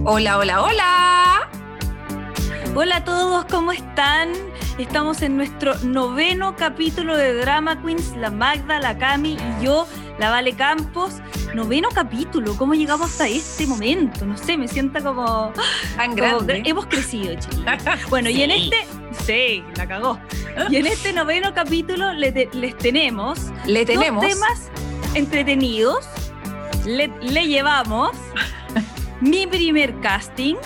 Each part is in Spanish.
Hola, hola, hola. Hola a todos, ¿cómo están? Estamos en nuestro 9º capítulo de Drama Queens, la Magda, la Cami y yo, la Vale Campos. 9º capítulo, ¿cómo llegamos hasta este momento? No sé, me siento como... Tan grande. Hemos crecido, chiquillos. Bueno, sí. Y en este... Sí, la cagó. Y en este 9º capítulo les tenemos... dos temas entretenidos. Le llevamos mi primer casting.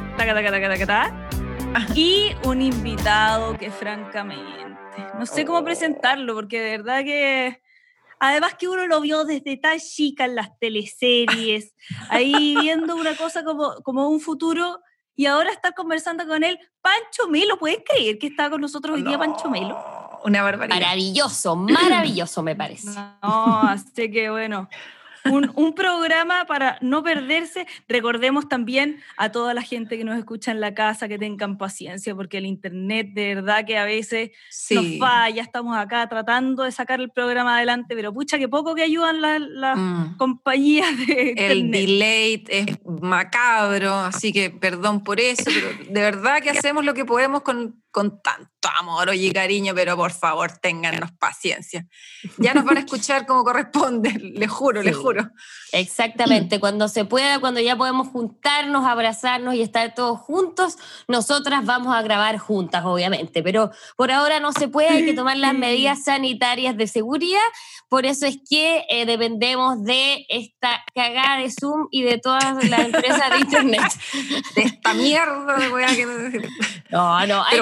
Y un invitado que francamente no sé cómo presentarlo, porque de verdad que además que uno lo vio desde tan chica en las teleseries, ahí viendo una cosa como un futuro, y ahora estar conversando con él. Pancho Melo, ¿puedes creer que está con nosotros hoy día Pancho Melo? Una barbaridad. Maravilloso me parece. No, así que bueno, un programa para no perderse. Recordemos también a toda la gente que nos escucha en la casa que tengan paciencia, porque el internet de verdad que a veces nos falla. Estamos acá tratando de sacar el programa adelante, pero pucha que poco que ayudan las compañías de internet. El delay es macabro, así que perdón por eso, pero de verdad que hacemos lo que podemos con tanto amor y cariño, pero por favor, téngannos paciencia. Ya nos van a escuchar como corresponde, les juro, sí. Les juro. Exactamente, cuando se pueda, cuando ya podemos juntarnos, abrazarnos y estar todos juntos, nosotras vamos a grabar juntas, obviamente, pero por ahora no se puede, hay que tomar las medidas sanitarias de seguridad, por eso es que dependemos de esta cagada de Zoom y de todas las empresas de internet. De esta mierda de weá que... No, hay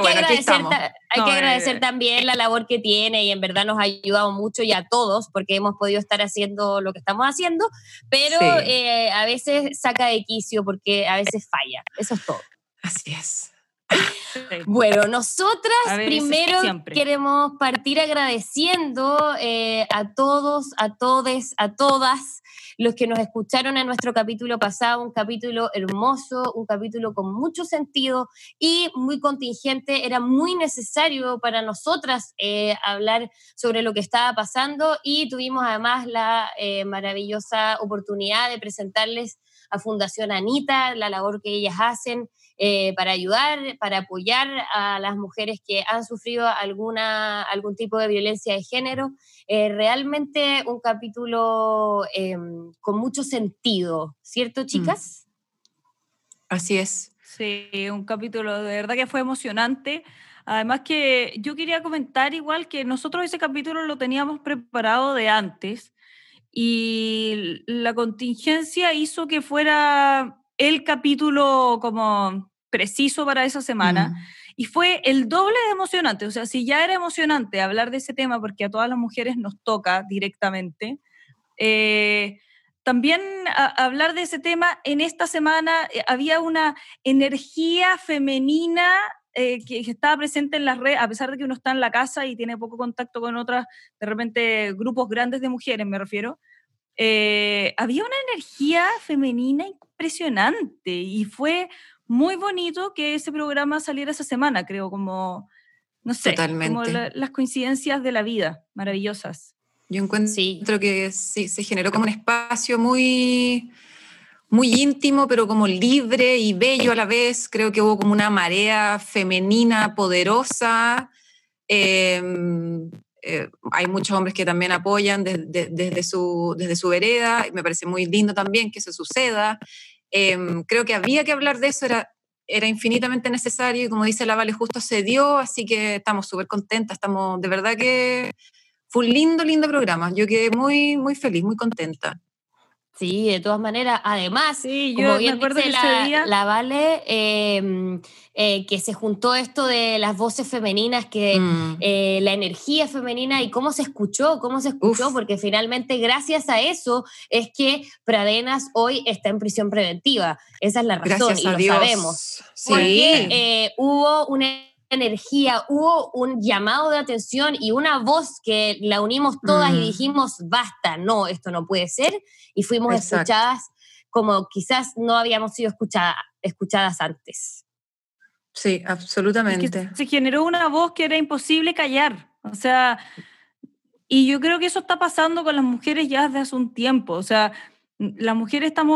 que agradecer también la labor que tiene y en verdad nos ha ayudado mucho y a todos porque hemos podido estar haciendo lo que estamos haciendo, pero sí. A veces saca de quicio porque a veces falla, eso es todo. Así es. Bueno, nosotras primero queremos partir agradeciendo a todos, a todes, a todas los que nos escucharon en nuestro capítulo pasado, un capítulo hermoso, un capítulo con mucho sentido y muy contingente. Era muy necesario para nosotras hablar sobre lo que estaba pasando y tuvimos además la maravillosa oportunidad de presentarles a Fundación Anita, la labor que ellas hacen para ayudar, para apoyar a las mujeres que han sufrido algún tipo de violencia de género. Realmente un capítulo con mucho sentido, ¿cierto, chicas? Así es. Sí, un capítulo de verdad que fue emocionante. Además que yo quería comentar igual que nosotros ese capítulo lo teníamos preparado de antes y la contingencia hizo que fuera el capítulo como preciso para esa semana y fue el doble de emocionante. O sea, si ya era emocionante hablar de ese tema porque a todas las mujeres nos toca directamente, también hablar de ese tema en esta semana había una energía femenina que estaba presente en las redes, a pesar de que uno está en la casa y tiene poco contacto con otras, de repente grupos grandes de mujeres me refiero, había una energía femenina impresionante y fue muy bonito que ese programa saliera esa semana, creo, como, no sé, totalmente. Como las coincidencias de la vida, maravillosas. Yo encuentro que sí, se generó como un espacio muy, muy íntimo, pero como libre y bello a la vez. Creo que hubo como una marea femenina poderosa. Hay muchos hombres que también apoyan desde su vereda. Me parece muy lindo también que eso suceda. Creo que había que hablar de eso, era infinitamente necesario y como dice la Vale, justo se dio, así que estamos súper contentas, estamos de verdad que fue un lindo programa, yo quedé muy, muy feliz, muy contenta. Sí, de todas maneras, además, sí, como bien me dice la Vale, que se juntó esto de las voces femeninas, que la energía femenina y cómo se escuchó, porque finalmente gracias a eso es que Pradenas hoy está en prisión preventiva. Esa es la razón, gracias a Dios. Lo sabemos. Sí. Porque hubo una energía, hubo un llamado de atención y una voz que la unimos todas y dijimos, basta, no, esto no puede ser, y fuimos escuchadas como quizás no habíamos sido escuchadas antes. Sí, absolutamente. Es que se generó una voz que era imposible callar, o sea, y yo creo que eso está pasando con las mujeres ya desde hace un tiempo, o sea, las mujeres estamos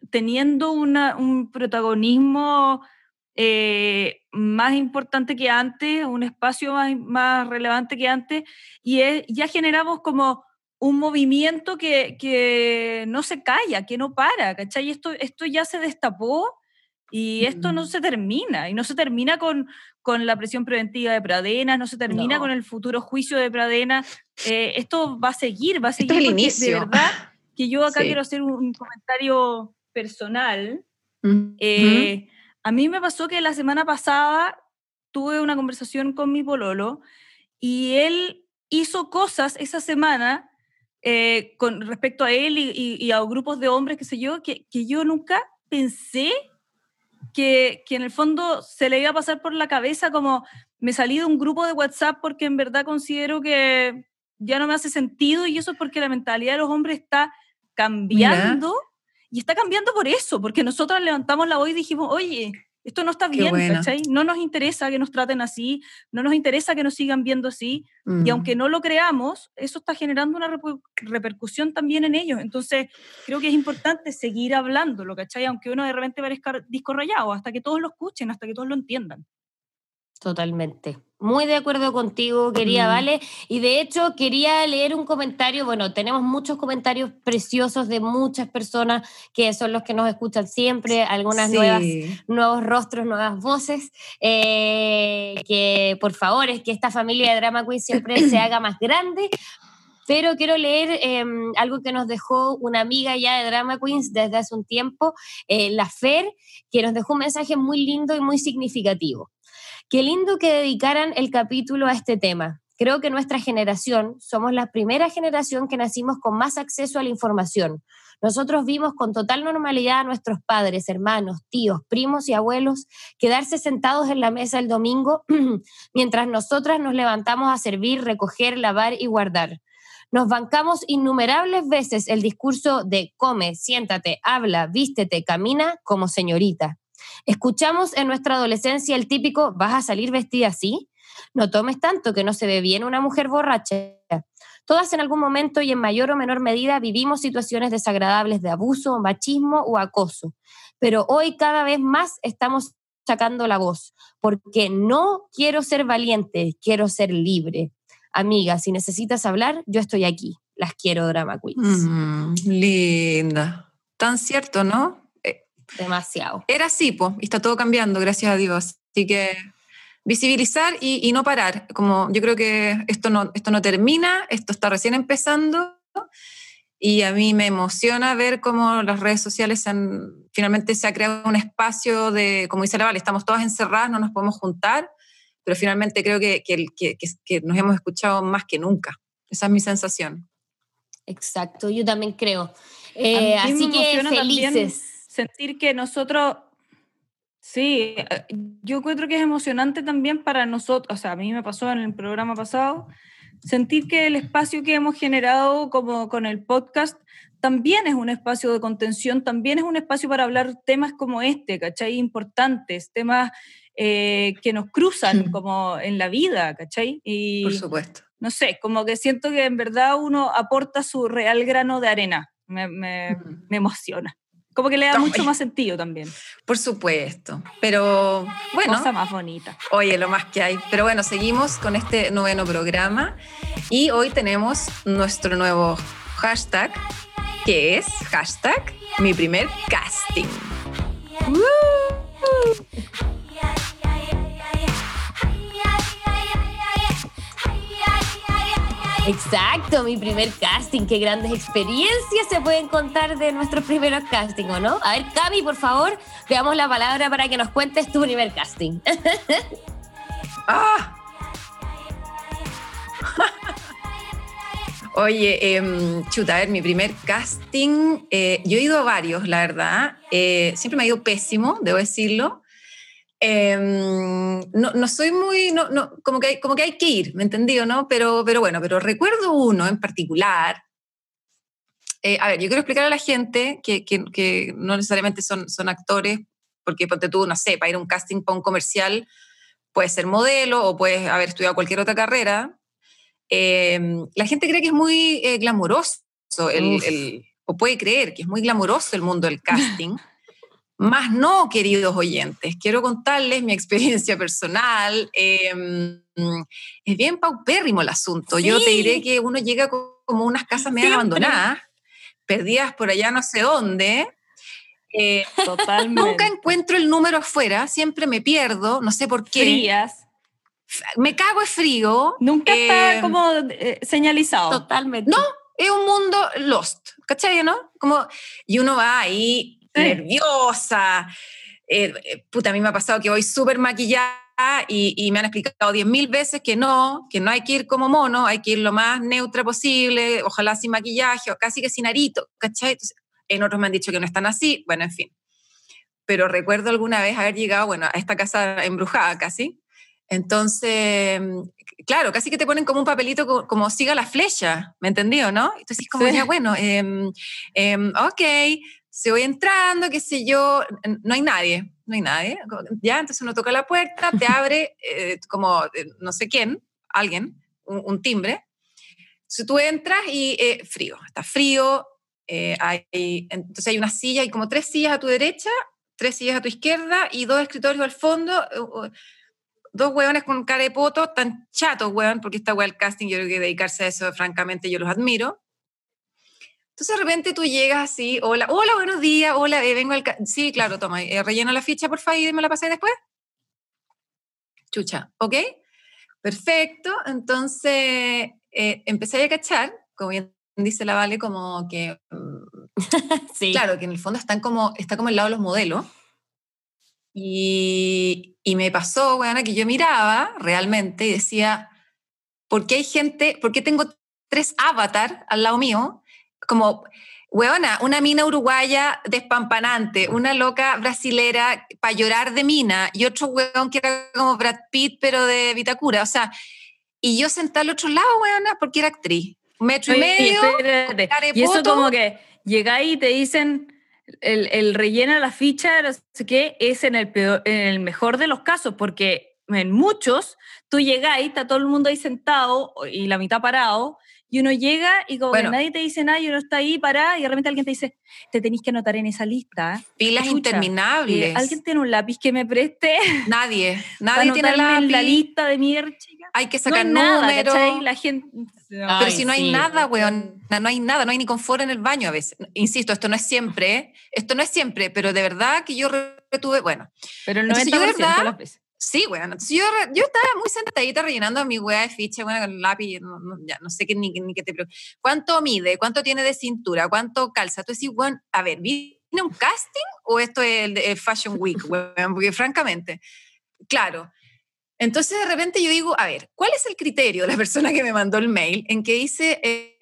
teniendo un protagonismo más importante que antes, un espacio más relevante que antes, y ya generamos como un movimiento que no se calla, que no para, ¿cachai? Esto ya se destapó y esto no se termina, y no se termina con la prisión preventiva de Pradenas, no se termina con el futuro juicio de Pradenas, esto va a seguir Esto es el porque inicio. de verdad que yo acá Sí. quiero hacer un comentario personal. A mí me pasó que la semana pasada tuve una conversación con mi pololo y él hizo cosas esa semana con respecto a él y a grupos de hombres, qué sé yo, que yo nunca pensé que en el fondo se le iba a pasar por la cabeza, como me salí de un grupo de WhatsApp porque en verdad considero que ya no me hace sentido, y eso es porque la mentalidad de los hombres está cambiando. Mira. Y está cambiando por eso, porque nosotras levantamos la voz y dijimos, oye, esto no está bien, ¿cachai? No nos interesa que nos traten así, no nos interesa que nos sigan viendo así, y aunque no lo creamos, eso está generando una repercusión también en ellos. Entonces, creo que es importante seguir hablándolo, ¿cachai? Aunque uno de repente parezca disco rayado, hasta que todos lo escuchen, hasta que todos lo entiendan. Totalmente. Muy de acuerdo contigo, querida Vale. Y de hecho, quería leer un comentario. Bueno, tenemos muchos comentarios preciosos de muchas personas que son los que nos escuchan siempre, algunas nuevos rostros, nuevas voces. Que por favor, es que esta familia de Drama Queen siempre se haga más grande. Pero quiero leer algo que nos dejó una amiga ya de Drama Queens desde hace un tiempo, la Fer, que nos dejó un mensaje muy lindo y muy significativo. Qué lindo que dedicaran el capítulo a este tema. Creo que nuestra generación somos la primera generación que nacimos con más acceso a la información. Nosotros vimos con total normalidad a nuestros padres, hermanos, tíos, primos y abuelos quedarse sentados en la mesa el domingo mientras nosotras nos levantamos a servir, recoger, lavar y guardar. Nos bancamos innumerables veces el discurso de come, siéntate, habla, vístete, camina como señorita. Escuchamos en nuestra adolescencia el típico ¿vas a salir vestida así? No tomes tanto, que no se ve bien una mujer borracha. Todas en algún momento y en mayor o menor medida vivimos situaciones desagradables de abuso, machismo o acoso. Pero hoy cada vez más estamos sacando la voz, porque no quiero ser valiente, quiero ser libre. Amiga, si necesitas hablar, yo estoy aquí. Las quiero, Drama Queens. Linda. Tan cierto, ¿no? Demasiado. Era así, po, y está todo cambiando, gracias a Dios. Así que visibilizar y no parar. Como yo creo que esto no termina, esto está recién empezando, y a mí me emociona ver cómo las redes sociales finalmente se ha creado un espacio de, como dice la Vale, estamos todas encerradas, no nos podemos juntar, pero finalmente creo que nos hemos escuchado más que nunca. Esa es mi sensación. Exacto, yo también creo. Así que felices. Sentir que nosotros, sí, yo encuentro que es emocionante también para nosotros, o sea, a mí me pasó en el programa pasado, sentir que el espacio que hemos generado como con el podcast también es un espacio de contención, también es un espacio para hablar temas como este, ¿cachai? Importantes, temas que nos cruzan como en la vida, ¿cachai? Y, por supuesto. No sé, como que siento que en verdad uno aporta su real grano de arena, me emociona. Como que le da mucho más sentido también. Por supuesto, pero bueno. Cosa más bonita. Oye, lo más que hay. Pero bueno, seguimos con este 9º programa y hoy tenemos nuestro nuevo hashtag, que es #mi primer casting. Exacto, mi primer casting. Qué grandes experiencias se pueden contar de nuestros primeros castings, ¿o no? A ver, Cami, por favor, veamos la palabra para que nos cuentes tu primer casting. Oye, chuta, a ver, mi primer casting, yo he ido a varios, la verdad. Siempre me ha ido pésimo, debo decirlo. No soy muy, como que hay que ir, ¿me entendido, no? Pero bueno, pero recuerdo uno en particular. A ver, yo quiero explicar a la gente que no necesariamente son actores, porque ponte tú, no sé, para ir a un casting para un comercial, puedes ser modelo o puedes haber estudiado cualquier otra carrera. La gente cree que es muy glamoroso o puede creer que es muy glamuroso el mundo del casting. Más no, queridos oyentes, quiero contarles mi experiencia personal. Es bien paupérrimo el asunto. Sí. Yo te diré que uno llega como unas casas medio abandonadas, perdidas por allá no sé dónde. Totalmente. Nunca encuentro el número afuera, siempre me pierdo, no sé por qué. Frías. Me cago de frío. Nunca está como señalizado. Totalmente. No, es un mundo lost, ¿cachai, no? Y uno va ahí nerviosa. A mí me ha pasado que voy súper maquillada y me han explicado 10.000 veces que no hay que ir como mono, hay que ir lo más neutra posible, ojalá sin maquillaje o casi que sin arito, ¿cachai? Entonces, en otros me han dicho que no están así, bueno, en fin. Pero recuerdo alguna vez haber llegado, a esta casa embrujada casi. Entonces, claro, casi que te ponen como un papelito como siga la flecha, ¿me entendió, no? Entonces, como ya, bueno, ok, se voy entrando, qué sé yo, no hay nadie, ya, entonces uno toca la puerta, te abre no sé quién, alguien, un timbre, entonces tú entras y frío, está frío, entonces hay una silla, hay como 3 sillas a tu derecha, 3 sillas a tu izquierda y 2 escritorios al fondo, 2 hueones con cara de poto, tan chatos, hueón, porque esta hueá del casting, yo creo que dedicarse a eso, francamente, yo los admiro. Entonces, de repente tú llegas así, hola, buenos días, hola, vengo al... Sí, claro, toma, relleno la ficha, por favor, y me la pasé después. Chucha, ¿ok? Perfecto, entonces empecé a cachar, como bien dice la Vale, como que... Sí. Claro, que en el fondo está como al lado de los modelos. Y me pasó, weona, que yo miraba realmente y decía, ¿por qué tengo 3 avatar al lado mío? Como, weona, una mina uruguaya despampanante, una loca brasilera para llorar de mina y otro weón que era como Brad Pitt pero de Vitacura, o sea, y yo sentada al otro lado, weona, porque era actriz. 1,5 metros, espérate. Y eso como que llegáis y te dicen... El rellena la ficha, no sé qué, es en el mejor de los casos, porque en muchos tú llegás y está todo el mundo ahí sentado y la mitad parado, y uno llega y como que nadie te dice nada y uno está ahí parado y de repente alguien te dice, te tenés que anotar en esa lista. Filas interminables. ¿Alguien tiene un lápiz que me preste? Nadie tiene lápiz. En la lista de mierda, chica. Hay que sacar números. La gente... Pero si no hay nada, weón, no hay nada, no hay ni confort en el baño a veces. Insisto, esto no es siempre, pero de verdad que yo retuve, bueno. Pero el 90% de las veces. Sí, weón. Entonces yo estaba muy sentadita rellenando mi weá de ficha, bueno, con el lápiz, ya no sé ni qué te pregunto. ¿Cuánto mide? ¿Cuánto tiene de cintura? ¿Cuánto calza? Tú decís, weón, a ver, ¿viene un casting o esto es el Fashion Week, weón? Porque francamente, claro. Entonces de repente yo digo, a ver, ¿cuál es el criterio de la persona que me mandó el mail en que dice,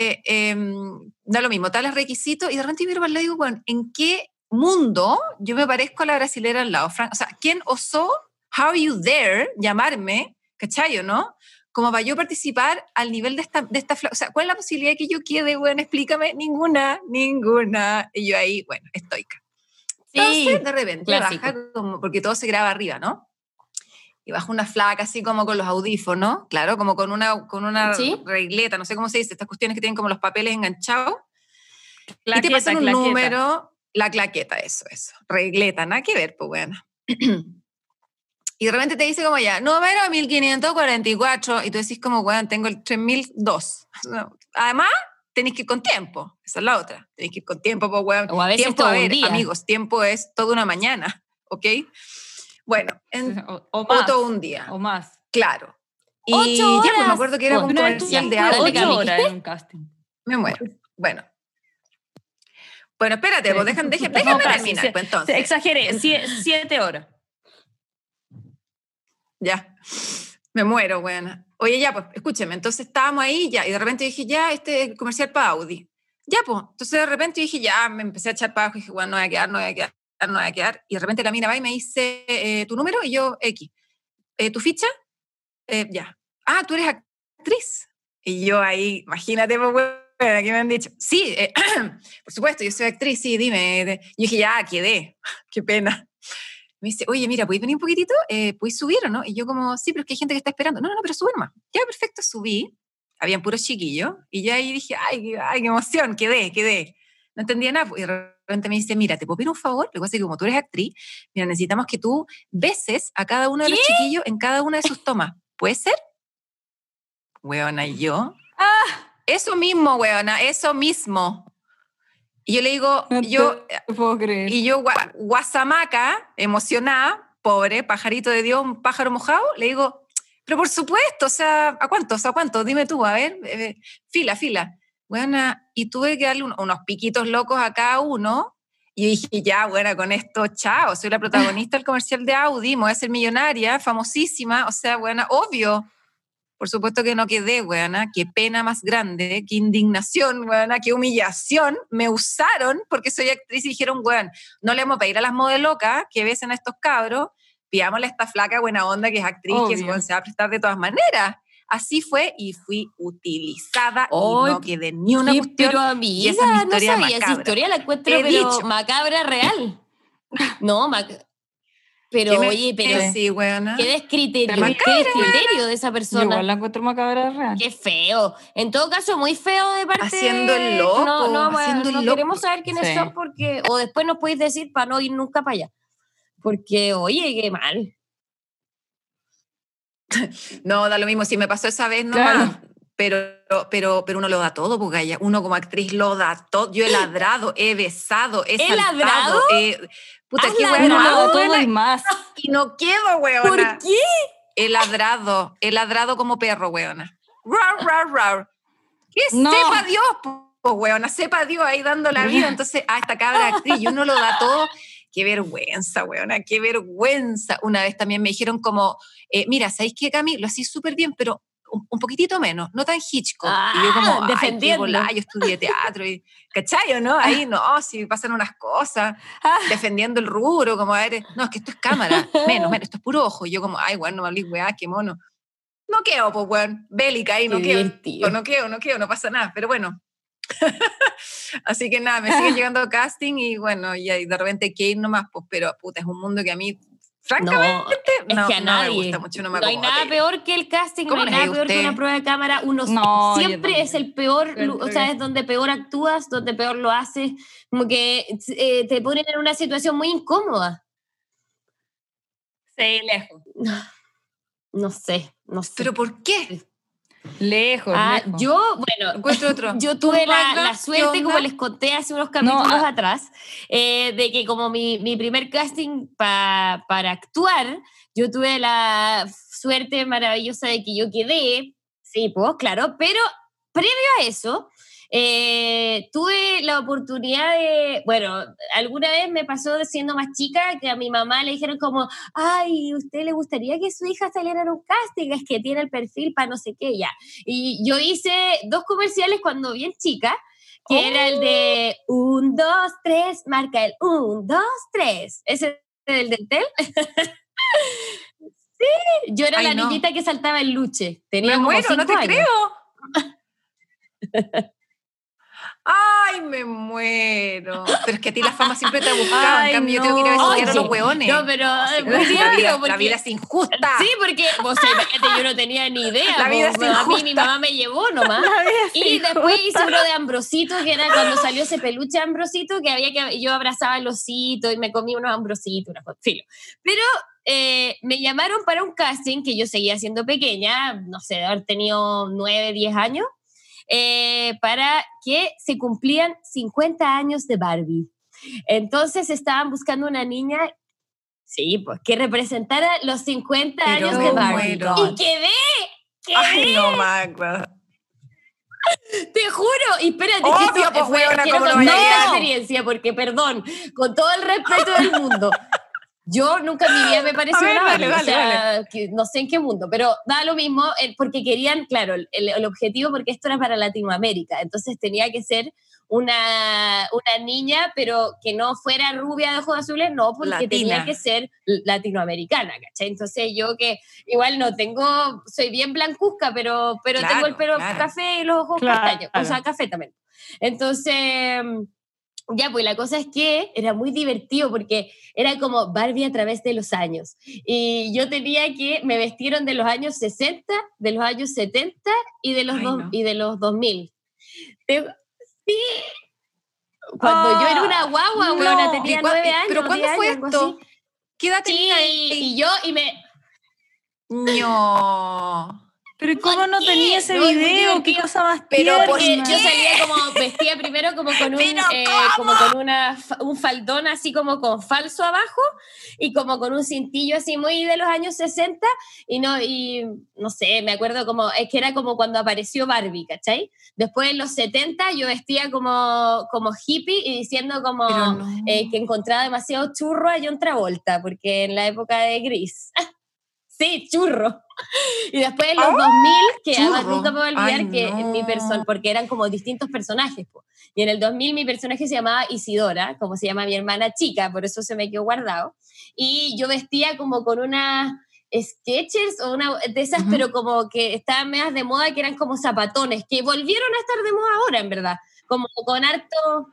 da lo mismo, tales requisitos, y de repente yo miro para el lado y digo, bueno, ¿en qué mundo yo me parezco a la brasilera al lado? O sea, ¿quién osó, how you dare, llamarme, ¿cachai, no? Como para yo participar al nivel de esta o sea, ¿cuál es la posibilidad de que yo quede, bueno, explícame? Ninguna. Y yo ahí, bueno, estoica. Entonces, de repente baja, porque todo se graba arriba, ¿no? Y baja una flaca así como con los audífonos, claro, como con una ¿Sí? regleta, no sé cómo se dice, estas cuestiones que tienen como los papeles enganchados. Claqueta, y te pasan un número, la claqueta, eso, regleta, nada que ver, pues bueno. Y de repente te dice como ya, número 1544, y tú decís como, bueno, tengo el 3002. Además, tenés que ir con tiempo, esa es la otra, tenés que ir con tiempo, pues bueno. O a veces tiempo, todo un día. Amigos, tiempo es toda una mañana, ¿ok? Bueno, o más, todo un día. O más. Claro. Y 8 horas. Ya, pues me acuerdo que era un comercial de agua. 8 horas en un casting. Me muero. Bueno, espérate, pues déjame terminar. Pues, entonces. Exageré, 7 horas. Ya, me muero, buena. Oye, ya, pues, escúcheme, entonces estábamos ahí ya, y de repente dije, ya, este es el comercial para Audi. Ya, pues, entonces de repente dije, ya, me empecé a echar para abajo y dije, bueno, no voy a quedar. Y de repente la mina va y me dice, ¿tu número? Y yo, X. ¿Tu ficha? Ya. Ah, ¿tú eres actriz? Y yo ahí, imagínate, pues, bueno, ¿qué me han dicho? Sí, por supuesto, yo soy actriz, sí, dime. Yo dije, ya, quedé. Qué pena. Me dice, oye, mira, ¿puedes venir un poquitito? ¿Puedes subir o no? Y yo como, sí, pero es que hay gente que está esperando. No, pero sube nomás. Ya, perfecto, subí. Habían puros chiquillos. Y yo ahí dije, ay, qué emoción, quedé. no entendía nada. Y de repente me dice, mira, ¿te puedo pedir un favor? Lo que pasa es que como tú eres actriz, mira, necesitamos que tú beses a cada uno de los chiquillos en cada una de sus tomas. ¿Puede ser? Weona, y yo. Eso mismo, weona, eso mismo. Y yo le digo, no puedo creer. Y yo, guasamaca, emocionada, pobre, pajarito de Dios, un pájaro mojado, le digo, pero por supuesto, o sea, ¿a cuánto? Dime tú, a ver, fila. Weona, y tuve que darle unos piquitos locos a cada uno. Y dije, ya, bueno, con esto, chao, soy la protagonista del comercial de Audi, me voy a ser millonaria, famosísima, o sea, bueno, obvio. Por supuesto que no quedé, weona, qué pena más grande, qué indignación, weona, qué humillación. Me usaron porque soy actriz y dijeron, weón, no le vamos a pedir a las modelocas que besen a estos cabros, pidámosle a esta flaca buena onda que es actriz, obvio, que se va a prestar de todas maneras. Así fue y fui utilizada y no quedé ni una cuestión. Pero amiga, esa es mi historia, no sabía esa historia, la encuentro pero macabra real. No, pero oye, pero sí, weona. ¿Qué descriterio de esa persona? Yo igual la encuentro macabra real. Qué feo. En todo caso, muy feo de parte. Haciendo el loco. No queremos saber quiénes son porque o después nos podéis decir para no ir nunca para allá. Porque, oye, qué mal. No, da lo mismo. Si me pasó esa vez, no más. Pero uno lo da todo, porque uno como actriz lo da todo. Yo he ladrado, he besado, he saltado. ¿Ladrado? Puta, qué weón, uno lo da todo y más. Y no quedo, weona. ¿Por qué? He ladrado como perro, weona. Rar. Que no. sepa Dios, pues, weona, sepa Dios ahí dando la vida. Entonces, esta cabra actriz, y uno lo da todo. Qué vergüenza, weona, qué vergüenza. Una vez también me dijeron como, mira, ¿sabéis qué, Cami? Lo hacís súper bien, pero un poquitito menos, no tan Hitchcock. Y yo como, defendiendo. Yo estudié teatro, y, ¿cachai o no? Ahí no, si pasan unas cosas, defendiendo el rubro, como, a ver, no, es que esto es cámara, menos, esto es puro ojo. Y yo como, bueno, no me hablé, weá, qué mono. No quedo, pues, weón, bélica ahí, no quedo, no pasa nada, pero bueno. Así que nada, me siguen llegando casting y bueno, y de repente que ir nomás, pues, pero puta, es un mundo que a mí francamente es que a nadie me gusta mucho, no me hay nada peor que el casting, no hay nada peor que una prueba de cámara. Uno siempre es el peor, o sea, es donde peor actúas, donde peor lo haces, como que te ponen en una situación muy incómoda. Sí, lejos. No sé. ¿Pero por qué? Lejos. Yo tuve la suerte, como les conté hace unos capítulos atrás, de que como mi primer casting para actuar, yo tuve la suerte maravillosa de que yo quedé, sí, pues claro, pero previo a eso, tuve la oportunidad de, alguna vez me pasó siendo más chica que a mi mamá le dijeron como, ay, ¿usted le gustaría que su hija saliera en un casting? Es que tiene el perfil para no sé qué, ya. Y yo hice 2 comerciales cuando bien chica, que era el de 1, 2, 3, marca el 1, 2, 3. ¿Ese es el del Tel? Sí, yo era la niñita que saltaba en luche. Tenía como 5 no te años. Creo. ¡Ay, me muero! Pero es que a ti la fama siempre te ha buscado. En cambio, yo tengo que ir a visitar a los hueones. No, pero la vida es injusta. Sí, porque, imagínate, yo no tenía ni idea. La vida es injusta. A mí mi mamá me llevó nomás. Y después hice uno de Ambrosito, que era cuando salió ese peluche de Ambrosito, yo abrazaba al osito y me comí unos Ambrositos, filo. Pero me llamaron para un casting que yo seguía siendo pequeña, no sé, de haber tenido 9, 10 años. Para que se cumplían 50 años de Barbie. Entonces estaban buscando una niña, sí, pues, que representara los 50 años de Barbie. Y quedé. Ay, no, Magda. Te juro, y espérate, obvio, que esto fue una experiencia, porque perdón, con todo el respeto del mundo, yo nunca en mi vida me pareció una Barbie, vale. Que no sé en qué mundo, pero da lo mismo, porque querían, claro, el objetivo, porque esto era para Latinoamérica, entonces tenía que ser una niña, pero que no fuera rubia de ojos azules, no, porque Latina. Tenía que ser latinoamericana, ¿cachai? Entonces yo que igual soy bien blancuzca, pero claro, tengo el pelo café y los ojos castaños, o sea, café también. Entonces... Ya, pues la cosa es que era muy divertido porque era como Barbie a través de los años. Y yo me vestieron de los años 60, de los años 70 y de los 2000. Sí, Cuando yo era una guagua, weona, tenía 9 años. ¿Pero cuándo fue esto? ¿Qué edad tenía? Sí, y me... No. Pero ¿cómo no tenía ese video? ¿Qué cosa más Pero tierna? porque yo salía como, vestía primero como con un faldón así como con falso abajo y como con un cintillo así muy de los años 60 y no sé, me acuerdo como, es que era como cuando apareció Barbie, ¿cachai? Después en los 70 yo vestía como hippie y diciendo como que encontraba demasiado churro a John Travolta, porque en la época de Gris... Sí, churro. Y después en los 2000, que además nunca me voy a olvidar mi persona, porque eran como distintos personajes. Po. Y en el 2000 mi personaje se llamaba Isidora, como se llama mi hermana chica, por eso se me quedó guardado. Y yo vestía como con unas Skechers o una de esas, pero como que estaban medias de moda, que eran como zapatones, que volvieron a estar de moda ahora, en verdad. Como con harto...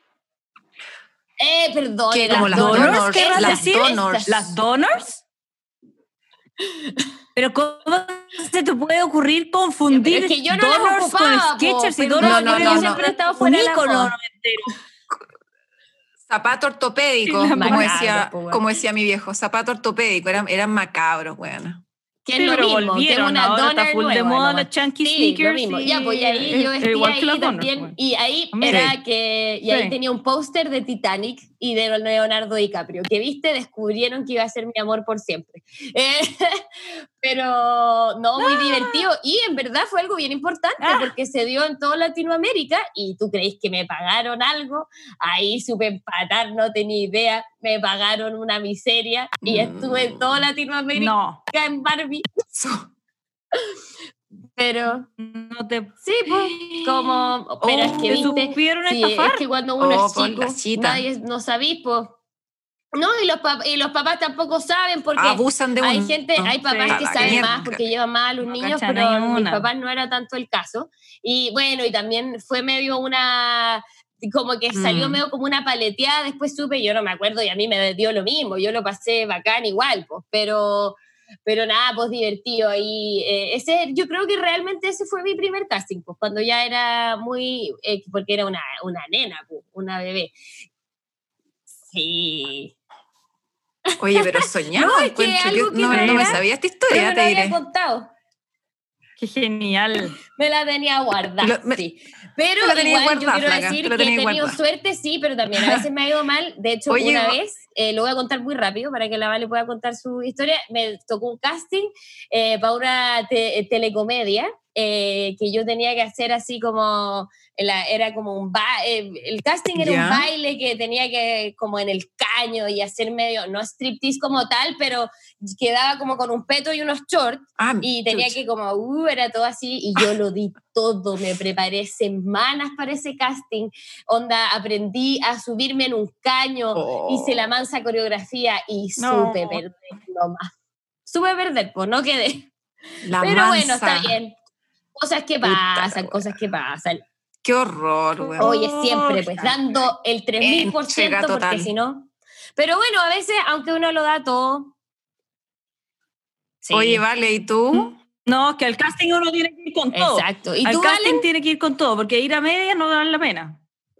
perdón. ¿Qué, como las Donors? ¿Qué vas a decir? ¿Las Donors? Pero ¿cómo se te puede ocurrir confundir es que yo no Donors con Skechers y Donors? No. Siempre he estado fuera de la moda. Zapato ortopédico, como decía mi viejo, zapato ortopédico, eran macabros, bueno. Que es lo mismo, que una ahora Donner está full de moda los chunky sneakers. Lo mismo. Ya, pues y ahí yo vestía ahí también, bueno. Y ahí era que, y ahí tenía un póster de Titanic y de Leonardo DiCaprio, que descubrieron que iba a ser mi amor por siempre. Pero no, muy divertido, y en verdad fue algo bien importante, porque se dio en toda Latinoamérica, y tú crees que me pagaron algo, ahí supe empatar, no tenía idea, me pagaron una miseria, y estuve en toda Latinoamérica en Barbie. Pero no te... sí, pues, como, pero es que viste, es que cuando uno es chico, nadie no sabía, pues. No, y los papás tampoco saben, porque abusan de hay papás que saben más porque llevan más a los niños, pero mis papás no era tanto el caso. Y bueno, y también fue medio como que salió medio como una paleteada, después supe, yo no me acuerdo, y a mí me dio lo mismo, yo lo pasé bacán igual, pues, pero nada, pues divertido. Y yo creo que realmente ese fue mi primer casting, pues, cuando ya era porque era una nena, pues, una bebé. Sí. Oye, pero soñaba, no me sabía esta historia, te diré. Había contado. Qué genial. Me la tenía guardada, sí. Pero igual yo quiero decir que he tenido suerte, sí, pero también a veces me ha ido mal. De hecho, una vez, lo voy a contar muy rápido para que la Vale pueda contar su historia, me tocó un casting para una telecomedia que yo tenía que hacer así como... era como el casting era un baile que tenía que como en el caño y hacer medio, no striptease como tal, pero quedaba como con un peto y unos shorts y tenía que como, era todo así, y yo lo di todo, me preparé semanas para ese casting, aprendí a subirme en un caño, hice la mansa coreografía y supe perder nomás. Supe perder, pues no quedé. Pero bueno, está bien. Cosas que pasan. Qué horror, güey. Oye, siempre, pues, dando el 3000%, porque si no... Pero bueno, a veces, aunque uno lo da todo... Sí. Oye, Vale, ¿y tú? No, es que al casting uno tiene que ir con todo. Exacto. ¿Y al tú, casting Valen? Tiene que ir con todo, porque ir a medias no vale la pena.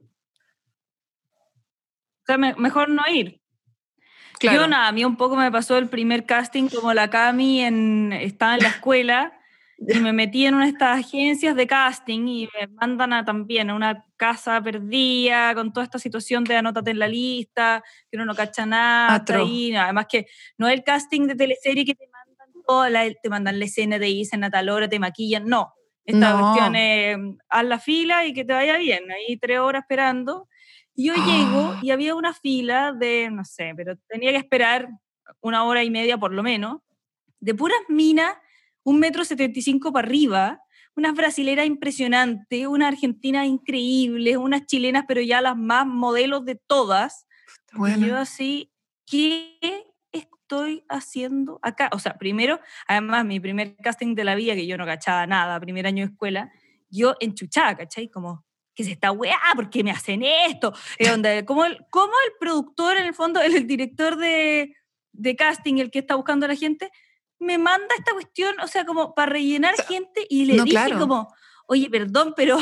O sea, mejor no ir. Claro. Yo nada, a mí un poco me pasó el primer casting, como la Cami estaba en la escuela... Y me metí en una de estas agencias de casting y me mandan también a una casa perdida con toda esta situación de anótate en la lista, que uno no cacha nada, está ahí. Además que no es el casting de teleserie que te mandan la escena, te dicen a tal hora, te maquillan, no. Esta cuestión es, haz la fila y que te vaya bien, ahí 3 horas esperando. Y yo llego y había una fila de, no sé, pero tenía que esperar 1 hora y media por lo menos, de puras minas, 1,75 m para arriba, unas brasileras impresionantes, unas argentinas increíbles, unas chilenas, pero ya las más modelos de todas. Bueno. Y yo así, ¿qué estoy haciendo acá? O sea, primero, además, mi primer casting de la vida, que yo no cachaba nada, primer año de escuela, yo enchuchada, ¿cachai? Como, ¿qué es esta weá? ¿Por qué me hacen esto? ¿Cómo el productor, en el fondo, el director de casting, el que está buscando a la gente, me manda esta cuestión, o sea, como para rellenar gente, y le dije como, oye, perdón, pero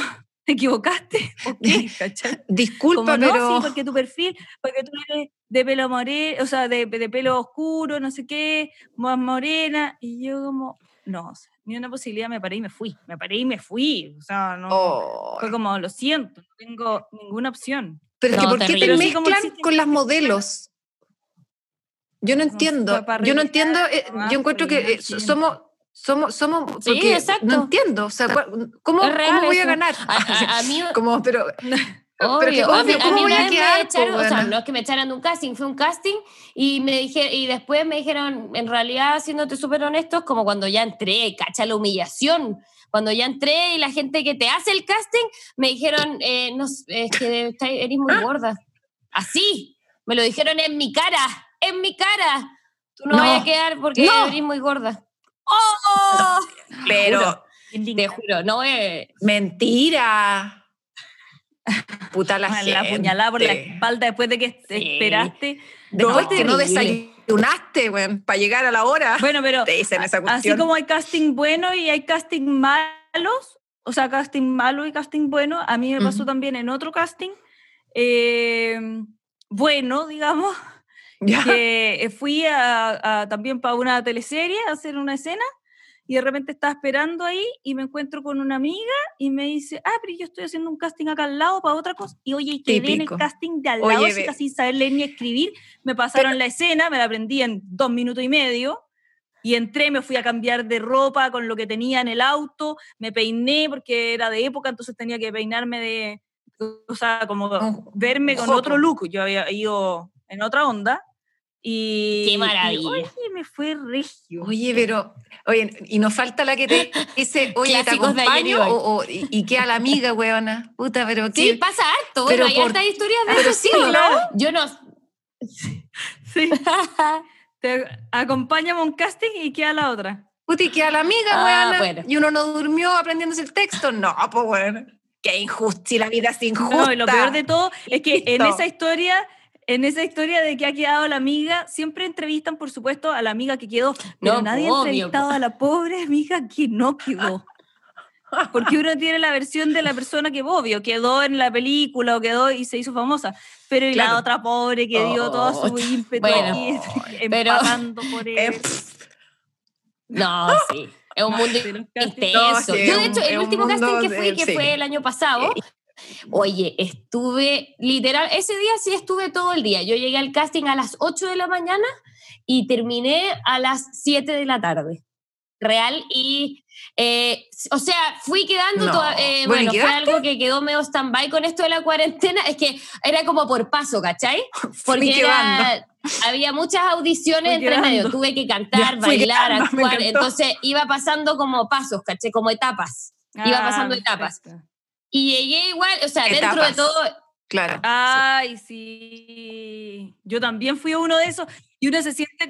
¿Te equivocaste? ¿O qué? ¿Cachai? Disculpa, como, pero... No, sí, porque tu perfil, porque tú eres de pelo moreno, o sea, de pelo oscuro, no sé qué, más morena, y yo como, no, o sea, ni una posibilidad, me paré y me fui, o sea, no, fue como, lo siento, no tengo ninguna opción. Pero es que, ¿por qué te sí, mezclan con las modelos? Yo no entiendo, yo encuentro que somos, porque sí, exacto. no entiendo, o sea, ¿cómo voy a ganar? A mí, como, pero obvio, ¿cómo voy a quedar? O sea, no es que me echaran de un casting, fue un casting y después me dijeron, en realidad, siéndote súper honestos, como cuando ya entré, cacha la humillación, cuando ya entré y la gente que te hace el casting, me dijeron, no, es que eres muy gorda. Así, me lo dijeron en mi cara, tú no vas a quedar porque eres muy gorda. ¡Oh! Pero, te juro, no es... Mentira. Puta la gente. La puñalada por la espalda después de que esperaste. Después que no desayunaste, güey, para llegar a la hora. Bueno, pero te dicen esa cuestión. Así como hay casting bueno y hay casting malos, o sea, casting malo y casting bueno, a mí me pasó también en otro casting, bueno, digamos, ¿ya? Que fui también para una teleserie a hacer una escena. Y de repente estaba esperando ahí y me encuentro con una amiga y me dice, pero yo estoy haciendo un casting acá al lado para otra cosa. Y oye, quedé en el casting de al lado, sin saber leer ni escribir. Me pasaron la escena, me la aprendí en 2 minutos y medio. Y entré, me fui a cambiar de ropa con lo que tenía en el auto. Me peiné porque era de época, entonces tenía que peinarme o sea, como verme con otro look. Yo había ido en otra onda. Y, ¡qué maravilla! Oye, me fue regio. Oye, y nos falta la que te dice, oye, ¿te acompaño? ¿Y qué a la amiga, weona? Puta, pero ¿qué? Sí, pasa harto. Bueno, hay hartas historias de eso. Sí, ¿no? Yo no... Sí. Te acompañamos a un casting y queda la otra. Puta, ¿y qué a la amiga, weona? Bueno. ¿Y uno no durmió aprendiéndose el texto? No, pues, bueno. Qué injusto, si la vida es injusta. No, y lo peor de todo es que en esa historia de que ha quedado la amiga, siempre entrevistan, por supuesto, a la amiga que quedó, pero nadie ha entrevistado a la pobre amiga que no quedó. Porque uno tiene la versión de la persona que, obvio, quedó en la película o quedó y se hizo famosa, pero y la otra pobre que dio todo su ímpetu aquí, empatando por él. No, sí. Es un mundo intenso. Yo, de hecho, el último casting que fui, que fue el año pasado... Oye, estuve literal, ese día sí estuve todo el día. Yo llegué al casting a las 8 de la mañana y terminé a las 7 de la tarde. Real, y o sea, fui quedando bueno, fue algo que quedó medio stand-by con esto de la cuarentena. Es que era como por paso, ¿cachai? Porque había muchas audiciones entre medio. Tuve que cantar, bailar, actuar. Entonces iba pasando como pasos, ¿cachai? Como etapas. Iba pasando etapas. Perfecto. Y llegué igual, o sea, dentro de todo... Claro. Ay, sí. Yo también fui uno de esos. Y uno se siente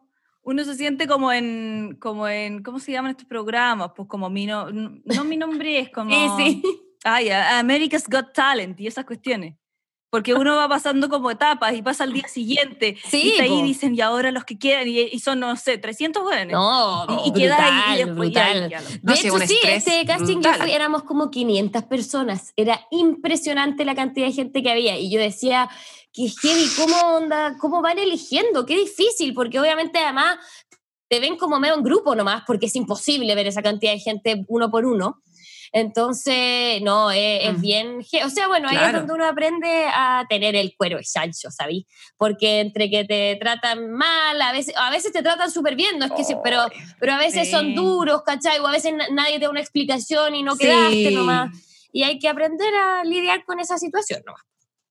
como en ¿cómo se llaman estos programas? Pues como no mi nombre es como... Sí. Ay, America's Got Talent y esas cuestiones. Porque uno va pasando como etapas y pasa al día siguiente. Sí, y ahí dicen, y ahora los que quedan, y son, no sé, 300 jóvenes. No, y queda ahí brutal. De hecho, sí, este casting que fui, éramos como 500 personas. Era impresionante la cantidad de gente que había. Y yo decía, qué heavy, ¿cómo van eligiendo? Qué difícil, porque obviamente además te ven como medio en grupo nomás, porque es imposible ver esa cantidad de gente uno por uno. Entonces, no, es bien... O sea, bueno, ahí es donde uno aprende a tener el cuero de chancho, ¿sabí? Porque entre que te tratan mal, a veces te tratan súper bien, no es que pero a veces son duros, ¿cachai? O a veces nadie te da una explicación y no quedaste nomás. Y hay que aprender a lidiar con esa situación nomás.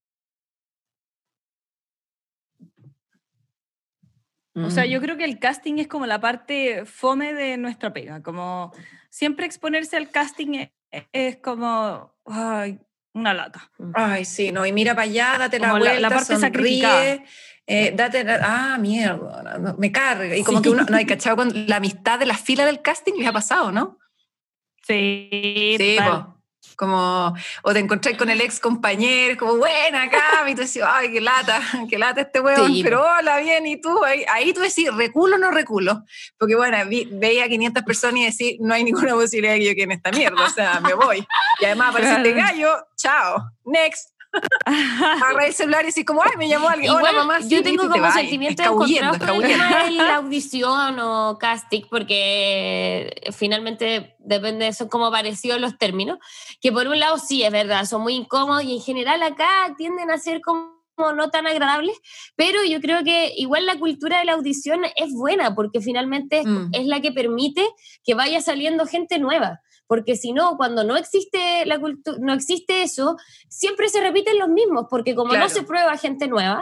O sea, yo creo que el casting es como la parte fome de nuestra pega, como siempre exponerse al casting es como una lata. Ay, sí, no, y mira para allá, date como la vuelta, la parte sacrificada. Mierda, no, me carga. Y como que uno, no hay cachado con la amistad de la fila del casting, les ha pasado, ¿no? Sí, como, o te encontrás con el ex compañero, como, buena, Cami, y tú decís, ay, qué lata este huevón, pero hola, bien, y tú, ahí tú decís, ¿reculo o no reculo? Porque bueno, veía 500 personas y decís, no hay ninguna posibilidad de que yo quede en esta mierda, o sea, me voy. Y además aparece este gallo, chao, next. Agarra el celular y decís como, ay, me llamó alguien. Igual, hola, mamá, yo tengo como sentimientos encontrados con el tema de la audición o casting, porque finalmente depende de eso, como parecido los términos, que por un lado sí, es verdad, son muy incómodos y en general acá tienden a ser como no tan agradables, pero yo creo que igual la cultura de la audición es buena, porque finalmente es la que permite que vaya saliendo gente nueva. Porque si no, cuando no existe la no existe eso, siempre se repiten los mismos, porque como no se prueba gente nueva,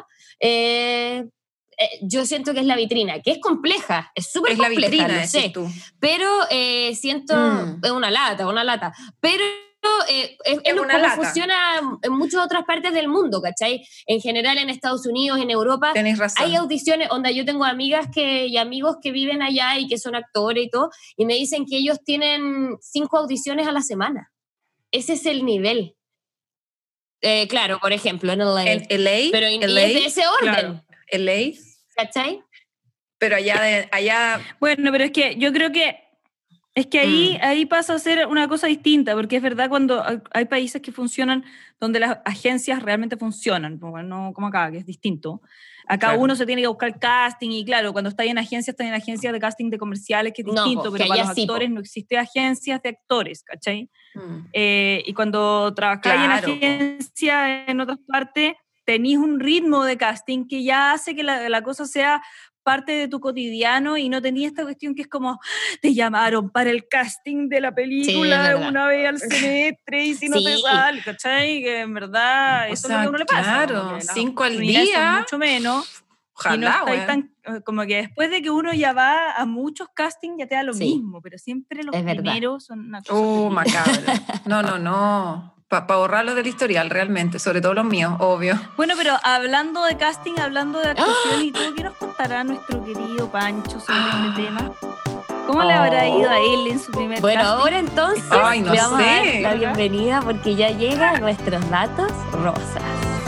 yo siento que es la vitrina, que es compleja, es súper compleja, la vitrina, lo sé, pero siento, es una lata, pero es como funciona en muchas otras partes del mundo, ¿cachai? En general en Estados Unidos, en Europa, hay audiciones, yo tengo amigas y amigos que viven allá y que son actores y todo, y me dicen que ellos tienen 5 audiciones a la semana. Ese es el nivel. Claro, por ejemplo, en LA. ¿En LA? Pero es de ese orden. Claro. LA. ¿Cachai? Pero allá... Bueno, pero es que yo creo que ahí pasa a ser una cosa distinta, porque es verdad cuando hay países que funcionan donde las agencias realmente funcionan, no como acá, que es distinto. Acá uno se tiene que buscar el casting y claro, cuando está en agencias de casting de comerciales, que es distinto, pero para los actores no existe agencias de actores, ¿cachai? Y cuando trabajáis en agencias en otras partes, tenéis un ritmo de casting que ya hace que la cosa sea parte de tu cotidiano y no tenía esta cuestión que es como te llamaron para el casting de la película una vez al semestre y si no te sale, ¿cachai? Que en verdad eso es lo que a uno le pasa. Claro, 5 al día. Mucho menos. Ojalá, y no estáis tan, como que después de que uno ya va a muchos castings ya te da lo mismo, pero siempre los primeros son una cosa macabro. No. Para borrarlos del historial, realmente, sobre todo los míos, obvio. Bueno, pero hablando de casting, hablando de actuación y todo, ¿qué nos contará nuestro querido Pancho sobre este tema? ¿Cómo le habrá ido a él en su primer casting? Bueno, ahora entonces le vamos a dar la bienvenida porque ya llegan nuestros datos rosas.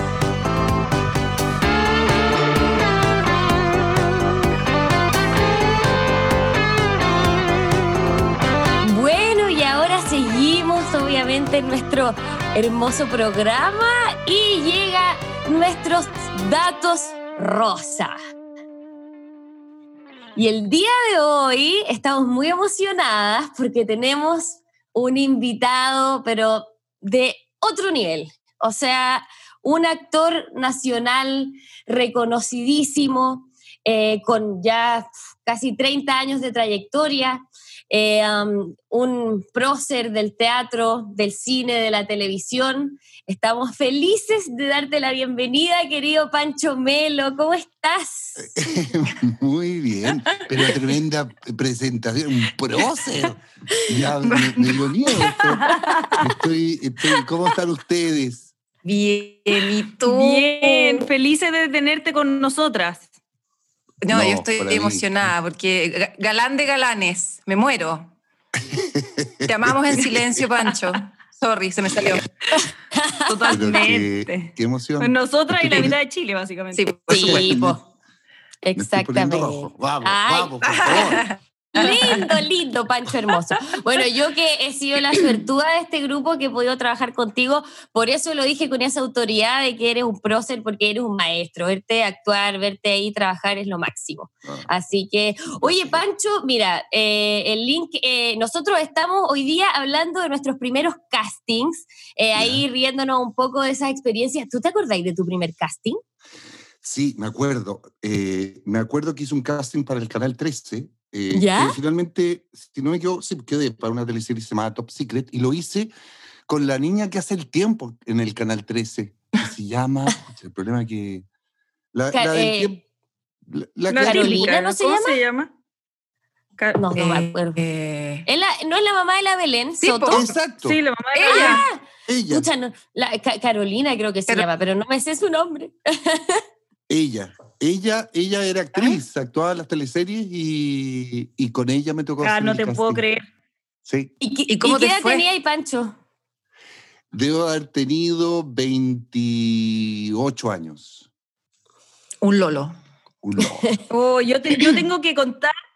Bueno, y ahora seguimos obviamente en nuestro hermoso programa y llega nuestros datos rosa. Y el día de hoy estamos muy emocionadas porque tenemos un invitado, pero de otro nivel. O sea, un actor nacional reconocidísimo, con ya casi 30 años de trayectoria, un prócer del teatro, del cine, de la televisión. Estamos felices de darte la bienvenida, querido Pancho Melo. ¿Cómo estás? Muy bien, pero tremenda presentación, un prócer. Ya me dio miedo. ¿Cómo están ustedes? Bien, ¿y tú? Bien, felices de tenerte con nosotras. No, yo estoy emocionada porque galán de galanes, me muero. Te amamos en silencio, Pancho. Sorry, se me salió. Totalmente. Qué emoción. Pues nosotras y la mitad de Chile, básicamente. Sí, exactamente. Vamos, por favor. Lindo, Pancho hermoso. Bueno, yo que he sido la suertuda de este grupo, que he podido trabajar contigo, por eso lo dije con esa autoridad de que eres un prócer, porque eres un maestro. Verte actuar, verte ahí trabajar es lo máximo. Así que, oye, Pancho, mira, el link, nosotros estamos hoy día hablando de nuestros primeros castings, ahí riéndonos un poco de esas experiencias. ¿Tú te acordás de tu primer casting? Sí, me acuerdo. Me acuerdo que hice un casting para el Canal 13. ¿Ya? Finalmente, si no me equivoco, sí, quedé para una teleserie que se llamaba Top Secret y lo hice con la niña que hace el tiempo en el Canal 13, que se llama, el problema es que la del tiempo, la Carolina, ¿no se llama? ¿Cómo se llama? No me acuerdo. ¿No es la mamá de la Belén Soto? Exacto. Sí, la mamá de la ella. Escucha, no, Carolina creo que se llama, pero no me sé su nombre. Ella era actriz, actuaba en las teleseries y con ella me tocó hacer no el te casting. Puedo creer. Sí. ¿Y qué edad tenía ahí, Pancho? Debo haber tenido 28 años. Un lolo. Yo tengo que contar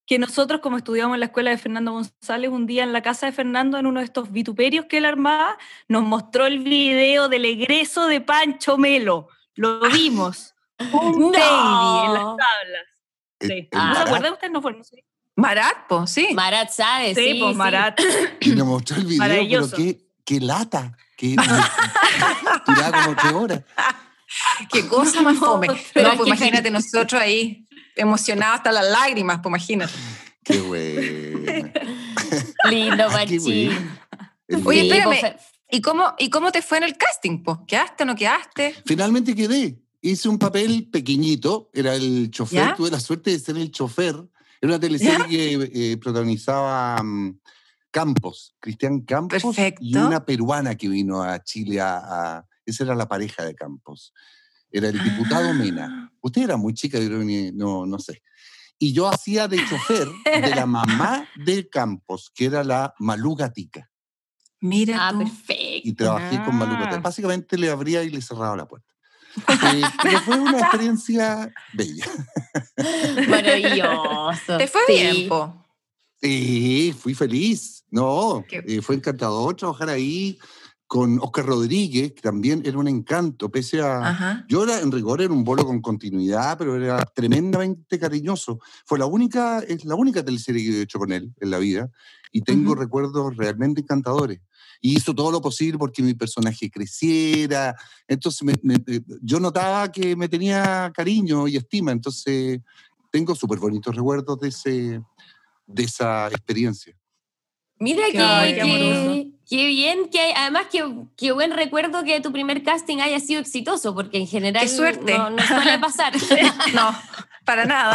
que nosotros, como estudiamos en la escuela de Fernando González, un día en la casa de Fernando, en uno de estos vituperios que él armaba, nos mostró el video del egreso de Pancho Melo. Lo vimos. Un baby en las tablas. Sí. ¿No se acuerdan ustedes? No fueron, ¿sí? Marat, pues, sí. Marat sabe, sí. Sí, pues Marat. Y me mostró el video, pero qué lata. Duraba como 3 horas. Qué cosa más fome. No, pues imagínate nosotros ahí emocionados hasta las lágrimas, pues imagínate. Qué bueno. Lindo, Panchín. Oye, espérame, ¿y cómo te fue en el casting? Pues, ¿quedaste o no quedaste? Finalmente quedé. Hice un papel pequeñito, era el chofer, ¿ya? Tuve la suerte de ser el chofer. Era una teleserie que protagonizaba Campos, Cristian Campos. Perfecto. Y una peruana que vino a Chile esa era la pareja de Campos. Era el diputado Mena. Usted era muy chica, yo creo que no sé. Y yo hacía de chofer de la mamá de Campos, que era la Malú Gatica. Mira tú. Perfecto. Y trabajé con Malú Gatica. Básicamente le abría y le cerraba la puerta. Pero fue una experiencia bella. Maravilloso. ¿Te fue bien, po? Sí, fui feliz. No, fue encantador trabajar ahí con Oscar Rodríguez, que también era un encanto, pese a... Ajá. Yo en rigor era un bolo con continuidad, pero era tremendamente cariñoso. Es la única teleserie que he hecho con él en la vida, y tengo recuerdos realmente encantadores. Y hizo todo lo posible porque mi personaje creciera. Entonces yo notaba que me tenía cariño y estima. Entonces tengo súper bonitos recuerdos de esa experiencia. Mira qué bien, además qué buen recuerdo que tu primer casting haya sido exitoso, porque en general qué suerte. No suele pasar. No, para nada.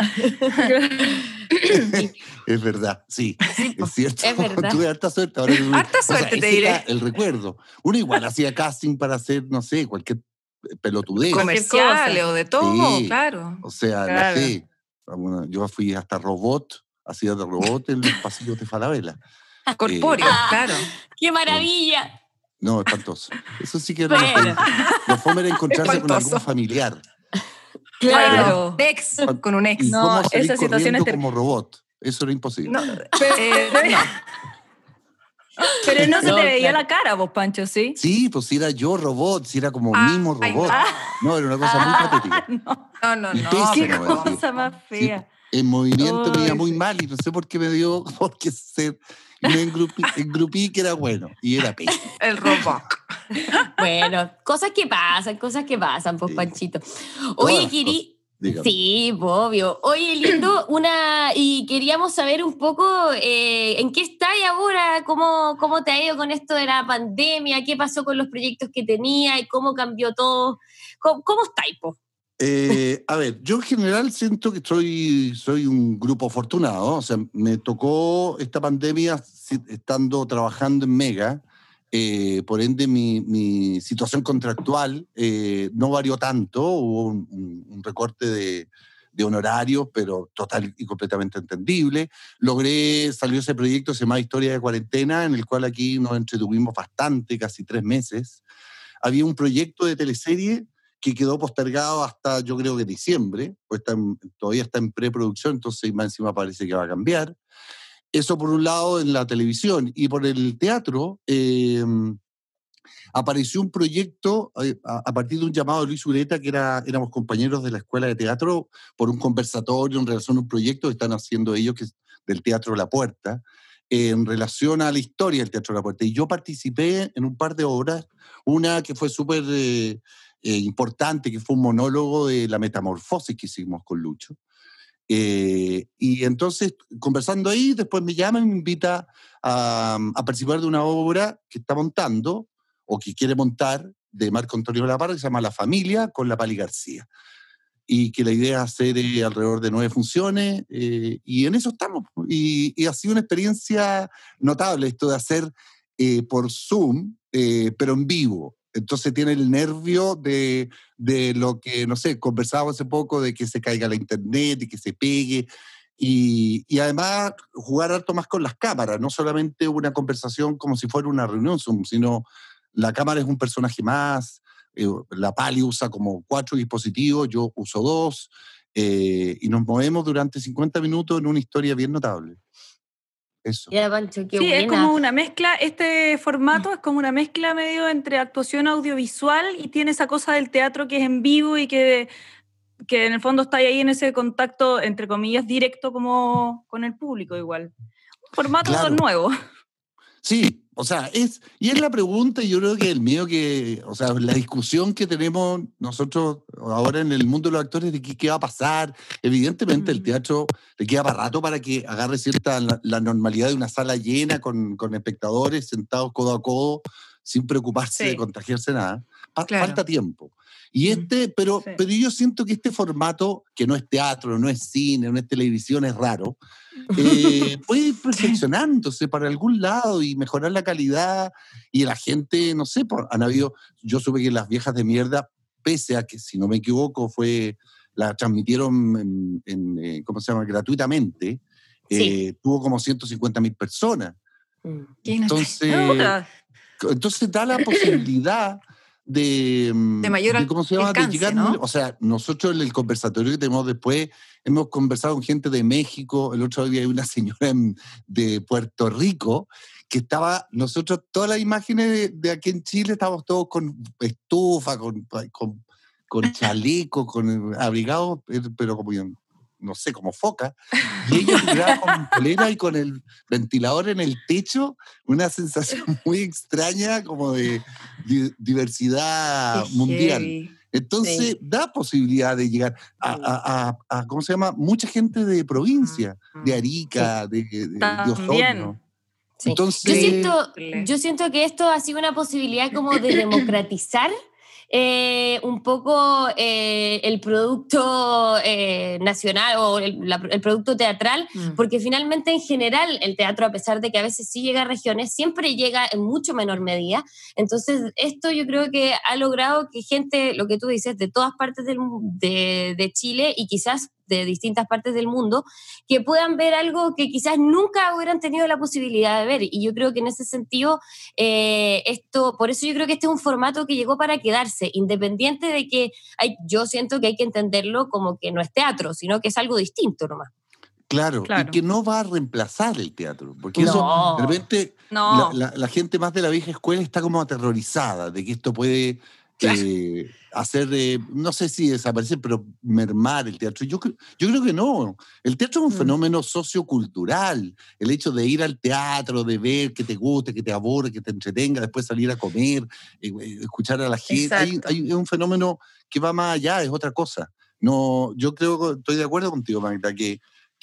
Es verdad, sí, es cierto. Es verdad. Tuve harta suerte. Ahora, harta suerte, te diré. El recuerdo. Uno igual hacía casting para hacer, no sé, cualquier pelotudez. Comerciales o de todo, sí, claro. O sea, claro. No sé. Yo fui hasta robot, hacía de robot en los pasillos de Falabella. Corpóreo, claro. ¡Qué maravilla! No, espantoso. Eso sí que era lo fome era encontrarse con algún familiar. Claro. Con un ex. Y no, cómo salir esa situación corriendo como robot. Eso era imposible. No, pero no se te veía la cara vos, Pancho, ¿sí? Sí, pues si era yo robot, si era como mimo robot. No, era una cosa muy patética. No. Qué cosa más fea. Sí, en movimiento me iba muy mal y no sé por qué me dio porque me engrupí que era bueno y era pésimo. El robot. Bueno, cosas que pasan, pues, Panchito. Oye, Kiri. Sí, obvio. Oye, lindo, y queríamos saber un poco en qué estás ahora, cómo te ha ido con esto de la pandemia, qué pasó con los proyectos que tenía y cómo cambió todo. ¿Cómo estáis, po? A ver, yo en general siento que soy un grupo afortunado. O sea, me tocó esta pandemia estando trabajando en Mega. Por ende, mi situación contractual no varió tanto. Hubo un recorte de honorarios, pero total y completamente entendible. Salió ese proyecto, se llama Historia de Cuarentena, en el cual aquí nos entretuvimos bastante, casi 3 meses. Había un proyecto de teleserie que quedó postergado hasta, yo creo que diciembre, pues todavía está en preproducción, entonces más encima parece que va a cambiar. Eso por un lado en la televisión, y por el teatro apareció un proyecto a partir de un llamado de Luis Ureta, que éramos compañeros de la Escuela de Teatro, por un conversatorio en relación a un proyecto que están haciendo ellos, que es del Teatro La Puerta, en relación a la historia del Teatro La Puerta. Y yo participé en un par de obras, una que fue súper importante, que fue un monólogo de la metamorfosis que hicimos con Lucho. Y entonces, conversando ahí, después me llama y me invita a participar de una obra que está montando, o que quiere montar, de Marco Antonio La Parra, que se llama La Familia, con la Pali García. Y que la idea es hacer alrededor de 9 funciones, y en eso estamos. Y ha sido una experiencia notable esto de hacer por Zoom, pero en vivo. Entonces tiene el nervio de lo que, no sé, conversábamos hace poco, de que se caiga la internet y que se pegue. Y además jugar harto más con las cámaras, no solamente una conversación como si fuera una reunión Zoom, sino la cámara es un personaje más. La Pali usa como 4 dispositivos, yo uso 2. y nos movemos durante 50 minutos en una historia bien notable. Eso. Ya, Pancho, qué sí, buena. es como una mezcla, este formato es como una mezcla medio entre actuación audiovisual y tiene esa cosa del teatro que es en vivo y que en el fondo está ahí en ese contacto, entre comillas, directo como con el público igual. Formato nuevo. Sí, o sea, es la pregunta, y yo creo que el miedo o sea, la discusión que tenemos nosotros ahora en el mundo de los actores de qué va a pasar. Evidentemente el teatro le queda para rato para que agarre cierta la normalidad de una sala llena con espectadores sentados codo a codo sin preocuparse de contagiarse nada. Falta tiempo. Y pero yo siento que este formato, que no es teatro, no es cine, no es televisión, es raro, puede ir perfeccionándose para algún lado y mejorar la calidad, y la gente, no sé, yo supe que Las Viejas de Mierda, pese a que, si no me equivoco, la transmitieron ¿cómo se llama?, gratuitamente, tuvo como 150.000 personas. Entonces da la posibilidad de mayor ¿cómo se llama? alcance, de llegar, ¿no? O sea, nosotros en el conversatorio que tenemos después hemos conversado con gente de México. El otro día hay una señora de Puerto Rico que nosotros todas las imágenes de aquí en Chile estábamos todos con estufa, con chaleco, con abrigados, pero como no sé, como foca, y ella llegaba con polera y con el ventilador en el techo, una sensación muy extraña como de diversidad mundial. Entonces da posibilidad de llegar a ¿cómo se llama?, mucha gente de provincia, de Arica, de Osorno. Sí. Entonces, yo siento que esto ha sido una posibilidad como de democratizar un poco el producto nacional o el producto teatral, porque finalmente en general el teatro, a pesar de que a veces sí llega a regiones, siempre llega en mucho menor medida. Entonces esto yo creo que ha logrado que gente, lo que tú dices, de todas partes de Chile y quizás de distintas partes del mundo, que puedan ver algo que quizás nunca hubieran tenido la posibilidad de ver. Y yo creo que en ese sentido, por eso yo creo que este es un formato que llegó para quedarse, independiente de que yo siento que hay que entenderlo como que no es teatro, sino que es algo distinto nomás. Claro, y que no va a reemplazar el teatro, porque eso, de repente, la gente más de la vieja escuela está como aterrorizada de que esto puede hacer, no sé si desaparecer, pero mermar el teatro. Yo creo que no. El teatro es un fenómeno sociocultural. El hecho de ir al teatro, de ver que te guste, que te aburre, que te entretenga, después salir a comer, escuchar a la gente, es un fenómeno que va más allá, es otra cosa. No, yo estoy de acuerdo contigo, Magda, que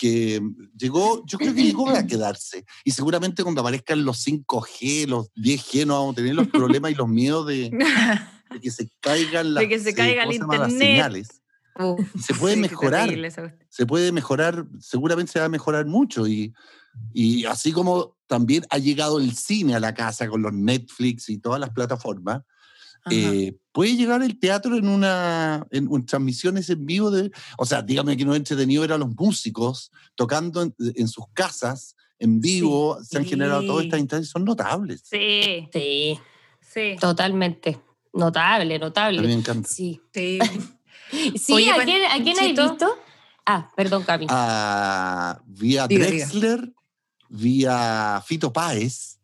yo creo que llegó a quedarse. Y seguramente cuando aparezcan los 5G, los 10G, no vamos a tener los problemas y los miedos de que se caigan las, las señales. Se puede mejorar. Se puede mejorar, seguramente se va a mejorar mucho. Y así como también ha llegado el cine a la casa con los Netflix y todas las plataformas, puede llegar el teatro en transmisiones en vivo. O sea, dígame que no es entretenido ver a los músicos tocando en sus casas, en vivo. Se han generado todas estas instancias, son notables. Sí. Totalmente. Notable. A mí me encanta. Sí. Oye, ¿a quién has visto? Perdón, Cami. Vía Drexler, vía Fito Páez.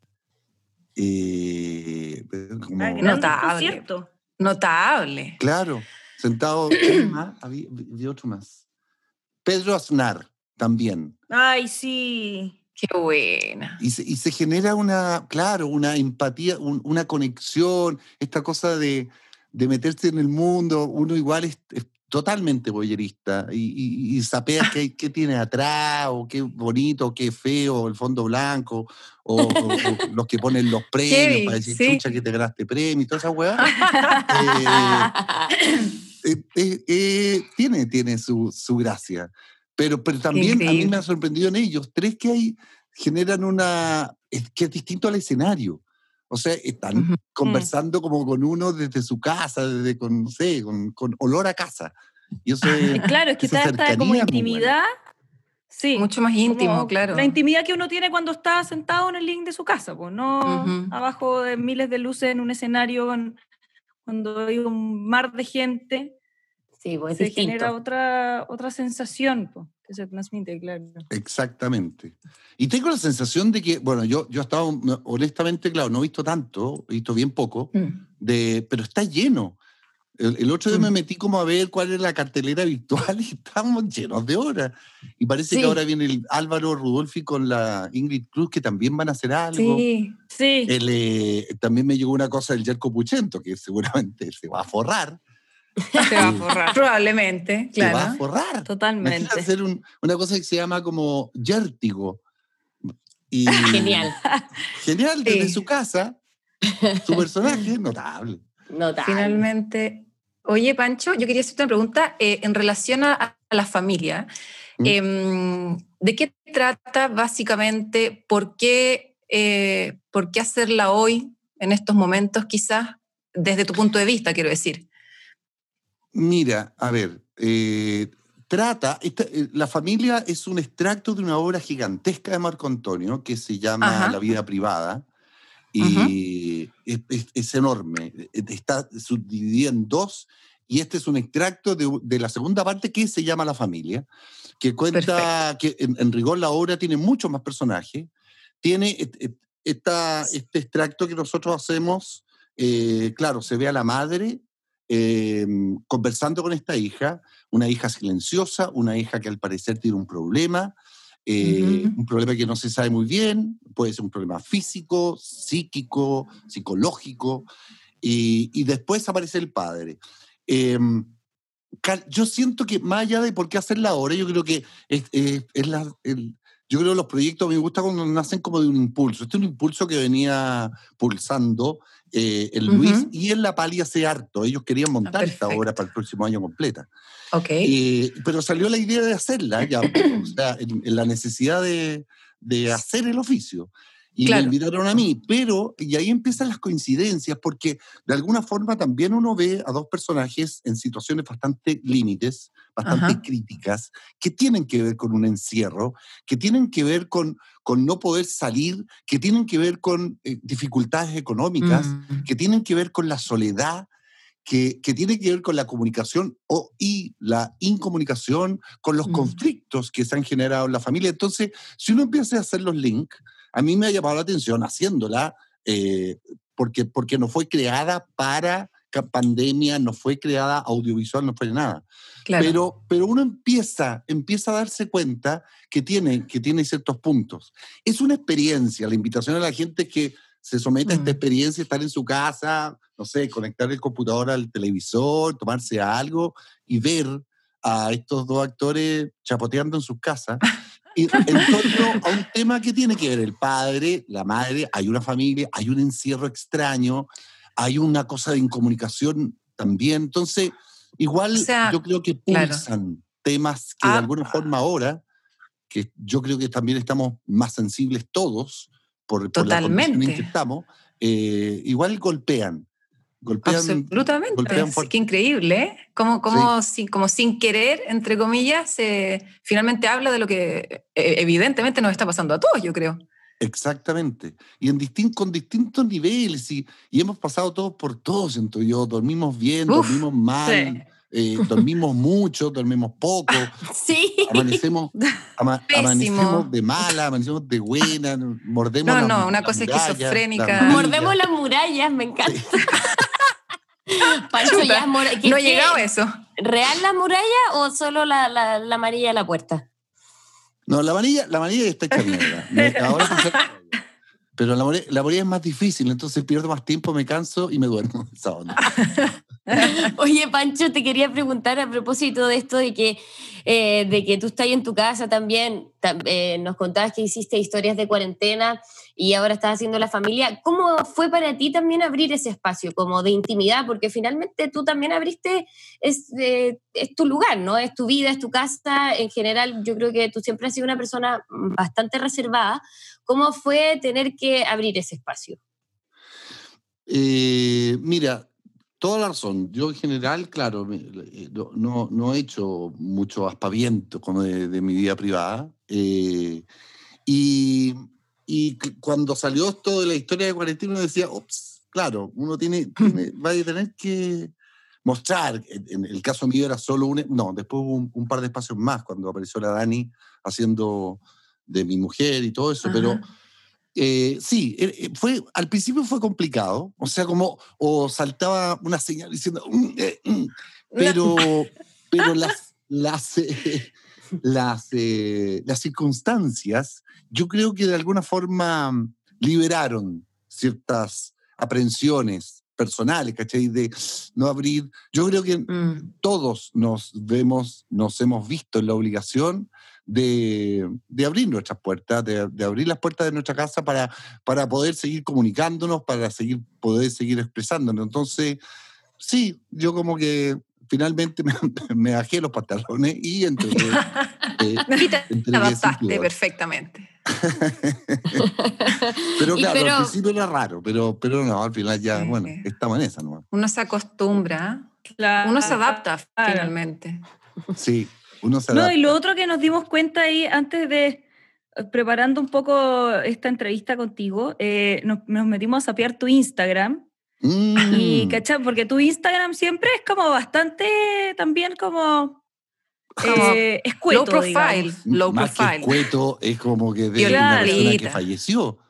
Notable. Claro, sentado. Había otro más. Pedro Aznar también. Ay, sí. Qué buena. Y se genera una empatía, una conexión, esta cosa de meterse en el mundo. Uno igual es totalmente voyerista y sapea qué tiene atrás, o qué bonito, qué feo, el fondo blanco, o los que ponen los premios para decir, chucha, que te ganaste premio y toda esa hueá. Tiene su gracia. Pero también a mí me ha sorprendido en ellos tres que generan que es distinto al escenario. O sea, están conversando como con uno desde su casa, con olor a casa. Y eso claro, es que está como intimidad. Sí, mucho más íntimo, claro. La intimidad que uno tiene cuando está sentado en el living de su casa, pues no abajo de miles de luces en un escenario cuando hay un mar de gente. Sí, pues se distinto. genera otra sensación pues, que se transmite, claro. Exactamente. Y tengo la sensación de que, bueno, yo he estado, honestamente, claro, no he visto tanto, he visto bien poco, pero está lleno. El otro día me metí como a ver cuál es la cartelera virtual y estamos llenos de horas. Y parece que ahora viene el Álvaro Rudolphy con la Ingrid Cruz, que también van a hacer algo. Sí. También me llegó una cosa del Jerko Puchento, que seguramente se va a forrar. Se va a forrar, probablemente, claro. Se va a forrar. Totalmente. Imagínate hacer una cosa que se llama como Yértigo. Y Genial. Genial, desde su casa, su personaje notable. Finalmente, oye, Pancho, yo quería hacerte una pregunta en relación a la familia. ¿De qué trata básicamente? ¿Por qué hacerla hoy, en estos momentos, quizás, desde tu punto de vista, quiero decir? Mira, a ver, la familia es un extracto de una obra gigantesca de Marco Antonio que se llama La vida privada y es enorme, está subdividida en dos y este es un extracto de la segunda parte que se llama La familia, que cuenta que en rigor la obra tiene muchos más personajes, tiene este extracto que nosotros hacemos, claro, se ve a la madre conversando con esta hija, una hija silenciosa, una hija que al parecer tiene un problema que no se sabe muy bien, puede ser un problema físico, psíquico, psicológico, y después aparece el padre. Yo siento que más allá de por qué hacerla ahora, yo creo que yo creo que los proyectos me gustan cuando nacen como de un impulso. Este es un impulso que venía pulsando el Luis y en la Pali hace harto. Ellos querían montar esta obra para el próximo año completa. Pero salió la idea de hacerla, ya, o sea, en la necesidad de hacer el oficio. Y me invitaron a mí, y ahí empiezan las coincidencias, porque de alguna forma también uno ve a dos personajes en situaciones bastante límites, bastante críticas, que tienen que ver con un encierro, que tienen que ver con no poder salir, que tienen que ver con dificultades económicas, que tienen que ver con la soledad, que tiene que ver con la comunicación y la incomunicación, con los conflictos que se han generado en la familia. Entonces, si uno empieza a hacer los links, a mí me ha llamado la atención haciéndola, porque no fue creada para pandemia, no fue creada audiovisual, no fue nada. Claro. Pero uno empieza a darse cuenta que tiene ciertos puntos. Es una experiencia, la invitación a la gente es que se somete a esta experiencia, estar en su casa, no sé, conectar el computador al televisor, tomarse algo y ver a estos dos actores chapoteando en sus casas y en torno a un tema que tiene que ver el padre, la madre, hay una familia, hay un encierro extraño, hay una cosa de incomunicación también. Entonces, igual yo creo que pulsan temas que de alguna forma ahora, que yo creo que también estamos más sensibles todos por la condición en que estamos, igual golpean. Absolutamente. Qué increíble, ¿eh? Como sin querer, entre comillas, finalmente habla de lo que evidentemente nos está pasando a todos, yo creo. Exactamente. Y con distintos niveles. Y hemos pasado todos por todo, siento yo. Dormimos bien, dormimos mal, dormimos mucho, dormimos poco. Sí. Amanecemos de mala, amanecemos de buena, mordemos una cosa muralla, esquizofrénica. Mordemos las murallas, me encanta. Sí. Pancho, ya no he llegado a eso. ¿Real la muralla o solo la amarilla de la puerta? No, la amarilla está hecha mierda. Pero la muralla es más difícil, entonces pierdo más tiempo, me canso y me duermo. Oye, Pancho, te quería preguntar a propósito de esto de que tú estás en tu casa también, nos contabas que hiciste historias de cuarentena y ahora estás haciendo La familia. ¿Cómo fue para ti también abrir ese espacio como de intimidad? Porque finalmente tú también abriste, es tu lugar, ¿no? Es tu vida, es tu casa. En general, yo creo que tú siempre has sido una persona bastante reservada. ¿Cómo fue tener que abrir ese espacio? Mira, toda la razón. Yo en general, claro, no he hecho mucho aspaviento como de mi vida privada. Y cuando salió esto de la historia de cuarentena, uno decía, ups, claro, uno va a tener que mostrar. En el caso mío era solo después hubo un par de espacios más cuando apareció la Dani haciendo de mi mujer y todo eso, pero sí, al principio fue complicado, o sea, o saltaba una señal diciendo pero las circunstancias, yo creo que de alguna forma liberaron ciertas aprensiones personales, ¿cachai? De no abrir. Yo creo que todos nos hemos visto en la obligación de abrir nuestras puertas, de abrir las puertas de nuestra casa para poder seguir comunicándonos, para poder seguir expresándonos. Entonces, sí, yo como que finalmente me bajé los pantalones y entregué. Te adaptaste perfectamente. Pero claro, al principio era raro, pero no, al final ya, bueno, estamos en esa, ¿no? Uno se acostumbra, claro, uno se adapta finalmente. Sí, uno se adapta. No, y lo otro que nos dimos cuenta ahí, antes de, preparando un poco esta entrevista contigo, nos metimos a sapear tu Instagram. Y, ¿cachai? Porque tu Instagram siempre es como bastante, también como escueto, low profile, low más profile. Que escueto, es como que de una persona que falleció.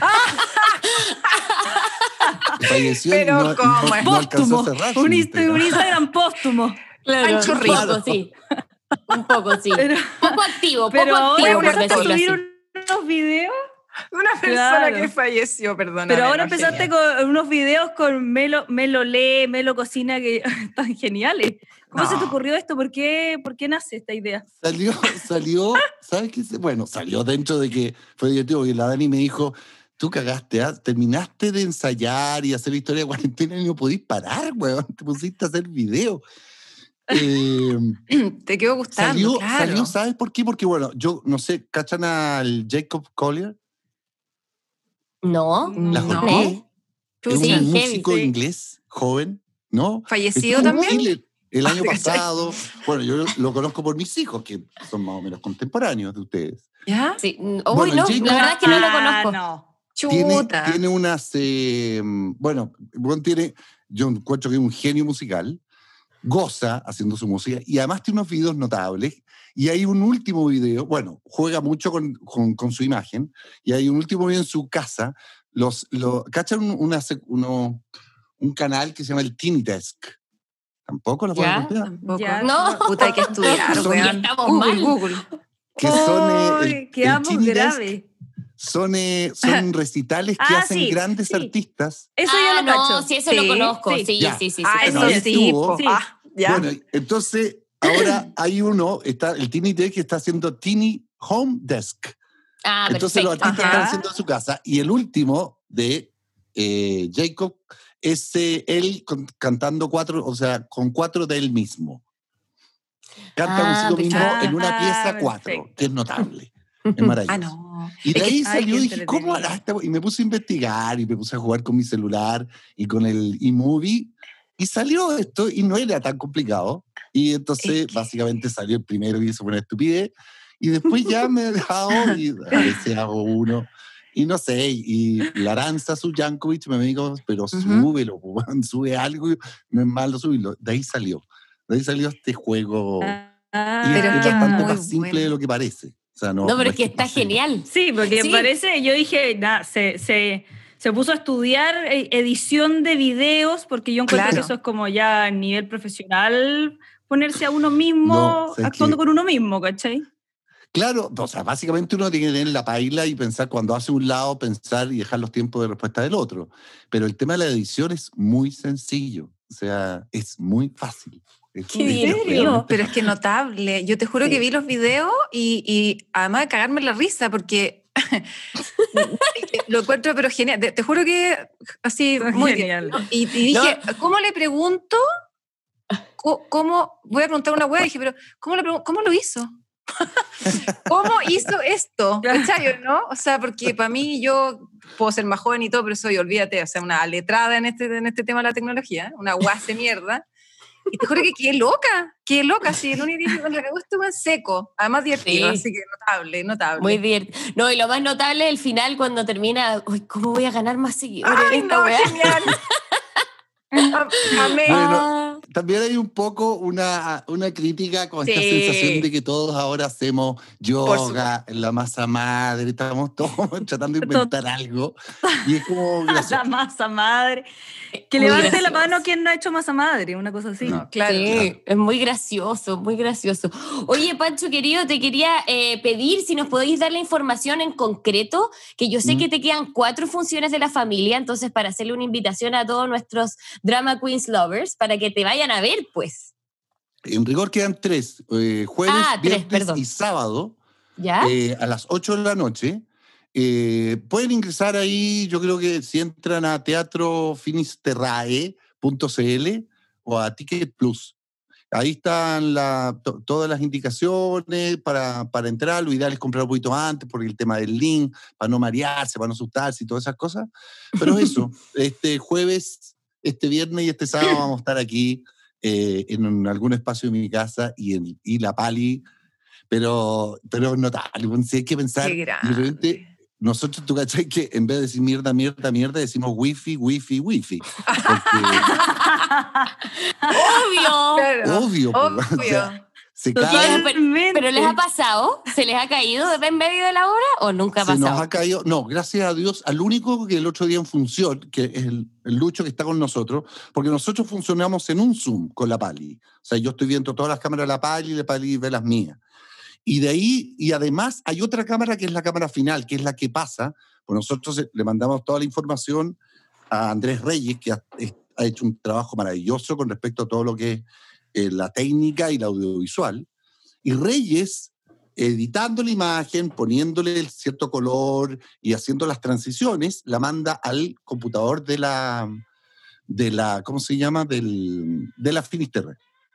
Falleció. Pero no alcanzó a cerrar un Instagram póstumo. Claro, claro. Sí. Un poco, sí. Poco activo, pero ahora empezaste a subir unos videos. Una persona que falleció, perdóname. Pero ahora empezaste con unos videos con Melo lee, Melo cocina, que están geniales. ¿Cómo se te ocurrió esto? ¿Por qué nace esta idea? Salió, ¿sabes qué? Bueno, salió dentro de que fue divertido, porque la Dani me dijo, tú cagaste, terminaste de ensayar y hacer la historia de cuarentena y no podís parar, weón, te pusiste a hacer video. Te quedó gustando, salió, ¿sabes por qué? Porque, bueno, yo no sé, ¿cachan al Jacob Collier? No. La Jorge. Es un músico inglés, joven, ¿no? ¿Fallecido también? El año pasado. Bueno, yo lo conozco por mis hijos, que son más o menos contemporáneos de ustedes. ¿Ya? Sí. Bueno, no, la verdad es que no lo conozco. No. Chuta. Tiene unas... yo encuentro que es un genio musical, goza haciendo su música, y además tiene unos videos notables. Y hay un último video, bueno, juega mucho con su imagen, y hay un último video en su casa. ¿Cachan un canal que se llama el Tiny Desk? ¿Tampoco lo pueden copiar? Tampoco. No. Puta, hay que estudiar, weón. Google. Que son quedamos graves. Son recitales que hacen grandes artistas. Eso yo lo cacho. Sí, eso lo conozco. Sí. Eso sí. Bueno, entonces... Ahora hay el Tiny Desk que está haciendo Tiny Home Desk. Entonces los artistas están haciendo en su casa. Y el último de Jacob es él cantando con 4 de él mismo. Canta consigo mismo en una pieza 4, que es notable. Es maravilloso. Y de ahí salió y dije, ¿cómo hará esta? Y me puse a investigar y me puse a jugar con mi celular y con el eMovie. Y salió esto y no era tan complicado. Y entonces básicamente salió el primero y hizo una estupidez. Y después ya me he dejado y a veces hago uno. Y no sé, y la Aranza Jankovic me dijo, pero súbelo, sube algo. No es malo subirlo. De ahí salió este juego. Y pero es bastante más simple de lo que parece. O sea, no, pero es que está genial. Sí, porque parece, yo dije, se puso a estudiar edición de videos, porque yo encuentro que eso es como ya a nivel profesional, ponerse a uno mismo, actuando con uno mismo, ¿cachai? Claro, o sea, básicamente uno tiene que tener la paila y pensar cuando hace un lado, pensar y dejar los tiempos de respuesta del otro. Pero el tema de la edición es muy sencillo, o sea, es muy fácil. Pero es que notable. Yo te juro que vi los videos y además de cagarme la risa, porque lo encuentro pero genial. Te juro que así muy genial. Y dije, ¿cómo le pregunto? ¿Cómo? Voy a preguntar una hueá y dije, pero ¿cómo lo hizo? ¿Cómo hizo esto? ¿Cachai, no? O sea, porque para mí yo puedo ser más joven y todo, pero soy, olvídate, o sea, una letrada en este tema de la tecnología, una guase mierda. Y te juro que quedé loca, sí, el único día cuando cagó estuvo en seco, además divertido, así que notable. Muy divertido. No, y lo más notable es el final cuando termina, uy, ¿cómo voy a ganar más seguidores? ¡Ay, no, genial! Amén. Bueno, también hay un poco una crítica con esta sensación de que todos ahora hacemos yoga, la masa madre, estamos todos tratando de inventar algo. Y es como gracioso. La masa madre. Que levante la mano quien no ha hecho masa madre, una cosa así. No, claro. Sí, es muy gracioso, muy gracioso. Oye, Pancho, querido, te quería pedir si nos podéis dar la información en concreto, que yo sé que te quedan 4 funciones de La Familia, entonces para hacerle una invitación a todos nuestros Drama Queens lovers, para que te vayan a ver, pues. En rigor quedan 3, jueves, viernes y sábado, ¿ya? A las 8 de la noche. Pueden ingresar ahí, yo creo que si entran a teatrofinisterrae.cl o a Ticket Plus. Ahí están todas las indicaciones para entrar. Lo ideal es comprar un poquito antes por el tema del link, para no marearse, para no asustarse y todas esas cosas. Pero eso, este jueves, este viernes y este sábado vamos a estar aquí en algún espacio de mi casa y la Pali, pero notable. Si hay que pensar, de repente, nosotros, tú cachai que en vez de decir mierda, decimos wifi. Porque... Obvio. O sea, se cae. ¿Pero les ha pasado? ¿Se les ha caído en medio de la obra o nunca ha pasado? Se nos ha caído. No, gracias a Dios, al único que el otro día en función, que es el Lucho que está con nosotros, porque nosotros funcionamos en un Zoom con la Pali. O sea, yo estoy viendo todas las cámaras de la Pali ve las mías. Y de ahí, y además hay otra cámara que es la cámara final, que es la que pasa, pues nosotros le mandamos toda la información a Andrés Reyes, que ha hecho un trabajo maravilloso con respecto a todo lo que es la técnica y la audiovisual. Y Reyes, editando la imagen, poniéndole el cierto color y haciendo las transiciones, la manda al computador de la ¿cómo se llama? De la Finisterre,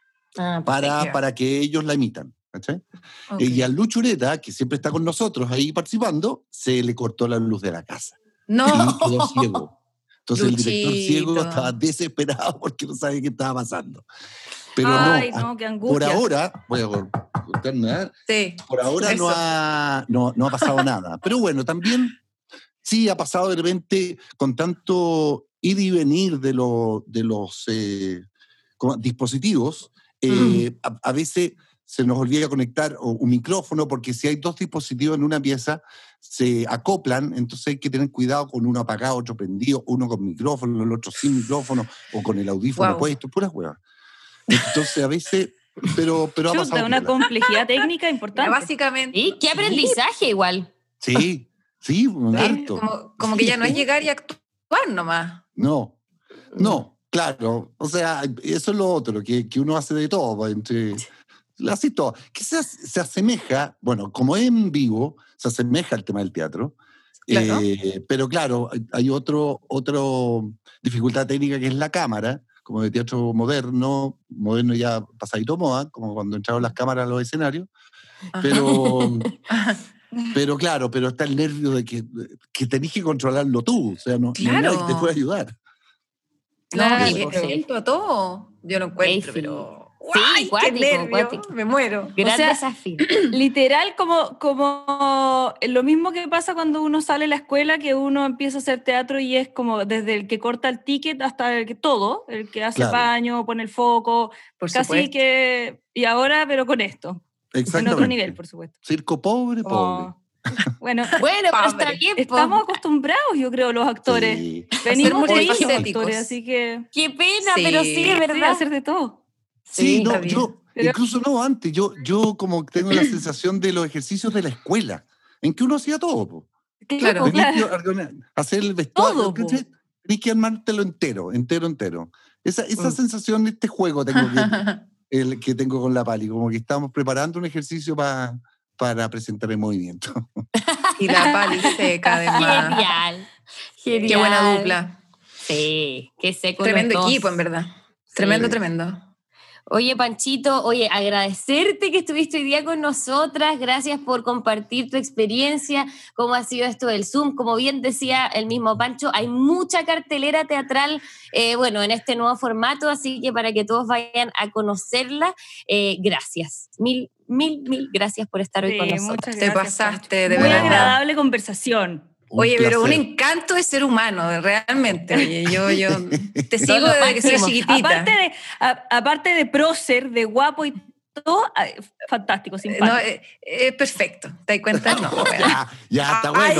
para que ellos la imitan. ¿Cachai? Okay. Y al Lucho Ureta, que siempre está con nosotros ahí participando, se le cortó la luz de la casa. No. Y quedó ciego. Entonces Luchito. El director ciego estaba desesperado porque no sabía qué estaba pasando. Pero no, qué angustia. Por ahora, voy a contarme, sí, por ahora no ha pasado nada. Pero bueno, también sí ha pasado de repente con tanto ir y venir de los dispositivos, a veces se nos olvida conectar un micrófono, porque si hay 2 dispositivos en una pieza, se acoplan, entonces hay que tener cuidado con uno apagado, otro prendido, uno con micrófono, el otro sin micrófono, o con el audífono puesto, puras huevas. Entonces a veces, pero ha pasado. Una complejidad técnica importante. Básicamente. ¿Y qué aprendizaje igual? Sí, harto. Como que ya no es llegar y actuar nomás. No, claro, o sea, eso es lo otro, que uno hace de todo, entre... Así todo. Que se asemeja, bueno, como es en vivo, se asemeja al tema del teatro. Claro. Pero claro, hay otra dificultad técnica que es la cámara, como de teatro moderno ya pasadito moda, como cuando entraron las cámaras a los escenarios. Pero claro, está el nervio de que tenés que controlarlo tú, o sea, nadie te puede ayudar. Claro, y atento a todo. Yo lo encuentro, pero... Sí, cuático. Me muero. Gran desafío. Literal, como lo mismo que pasa cuando uno sale de la escuela, que uno empieza a hacer teatro y es como desde el que corta el ticket hasta el que hace baño, pone el foco, por casi supuesto. Que... Y ahora, pero con esto. En otro nivel, por supuesto. Circo pobre. Bueno, pero está bien. Estamos acostumbrados, yo creo, los actores. Sí. Venimos de niños actores, así que... Qué pena, pero sí, de verdad. hacer de todo. Sí, incluso antes, yo como tengo la sensación de los ejercicios de la escuela, en que uno hacía todo. Claro. Hacer el vestuario, tenés que armártelo entero. Esa sensación de este juego que tengo con la Pali, como que estamos preparando un ejercicio para presentar el movimiento. Y la Pali seca, además. Genial. Qué buena dupla. Sí, qué seco. Tremendo equipo, en verdad. Tremendo. Oye, Panchito, agradecerte que estuviste hoy día con nosotras. Gracias por compartir tu experiencia, cómo ha sido esto del Zoom. Como bien decía el mismo Pancho, hay mucha cartelera teatral, en este nuevo formato, así que para que todos vayan a conocerla, gracias. Mil gracias por estar hoy con nosotros. Muchas gracias, te pasaste, Pancho. de verdad. Muy agradable conversación. Oye, pero un encanto de ser humano, realmente. Oye, yo te sigo desde que soy chiquitita. Aparte de prócer, de guapo y todo, fantástico, simpático. No, perfecto. ¿Te das cuenta? No, ya está bueno.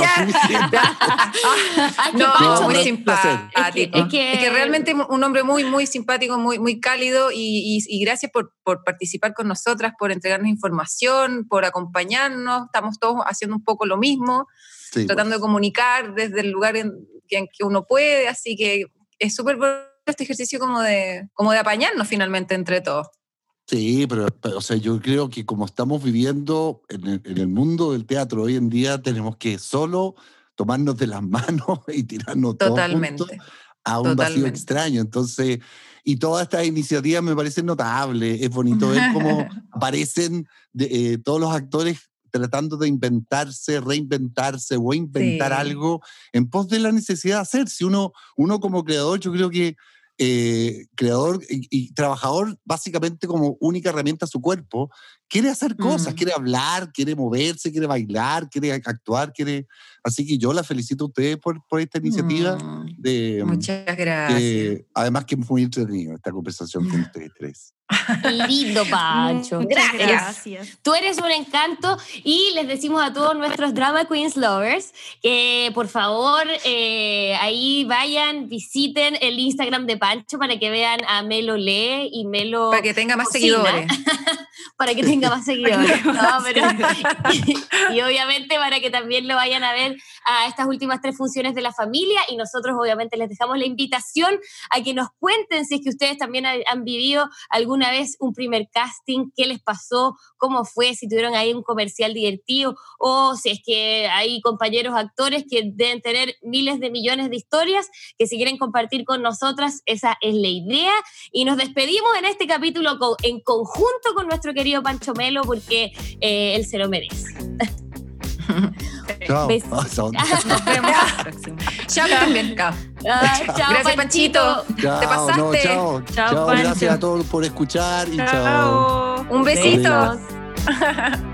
Muy simpático. Es que realmente un hombre muy, muy simpático, muy, muy cálido y gracias por participar con nosotras, por entregarnos información, por acompañarnos. Estamos todos haciendo un poco lo mismo, tratando de comunicar desde el lugar en que uno puede, así que es súper bueno este ejercicio como de apañarnos finalmente entre todos. Sí, pero o sea, yo creo que como estamos viviendo en el mundo del teatro hoy en día, tenemos que solo tomarnos de las manos y tirarnos todos juntos a un vacío extraño. Entonces, y todas estas iniciativas me parecen notables. Es bonito ver cómo aparecen todos los actores tratando de inventarse, reinventarse o inventar algo en pos de la necesidad de hacer. Si uno como creador, yo creo que creador y trabajador, básicamente como única herramienta su cuerpo, quiere hacer cosas, quiere hablar, quiere moverse, quiere bailar, quiere actuar, así que yo la felicito a ustedes por esta iniciativa. Muchas gracias. Además que es muy entretenido esta conversación con ustedes tres. Lindo, Pancho. Gracias. Tú eres un encanto y les decimos a todos nuestros Drama Queens Lovers que por favor ahí vayan, visiten el Instagram de Pancho para que vean a Melo Lee y Melo para que tenga más seguidores. Para que tenga más seguidores. Y obviamente para que también lo vayan a ver a estas últimas 3 funciones de La Familia, y nosotros obviamente les dejamos la invitación a que nos cuenten si es que ustedes también han vivido alguna vez un primer casting, qué les pasó, cómo fue, si tuvieron ahí un comercial divertido, o si es que hay compañeros actores que deben tener miles de millones de historias que si quieren compartir con nosotras, esa es la idea. Y nos despedimos en este capítulo en conjunto con nuestro querido Pancho Melo, porque él se lo merece. Chao. Nos vemos la próxima. Chao también. Chao. Gracias, Panchito. Chao, te pasaste. Chao. Gracias a todos por escuchar y chao. Un besito.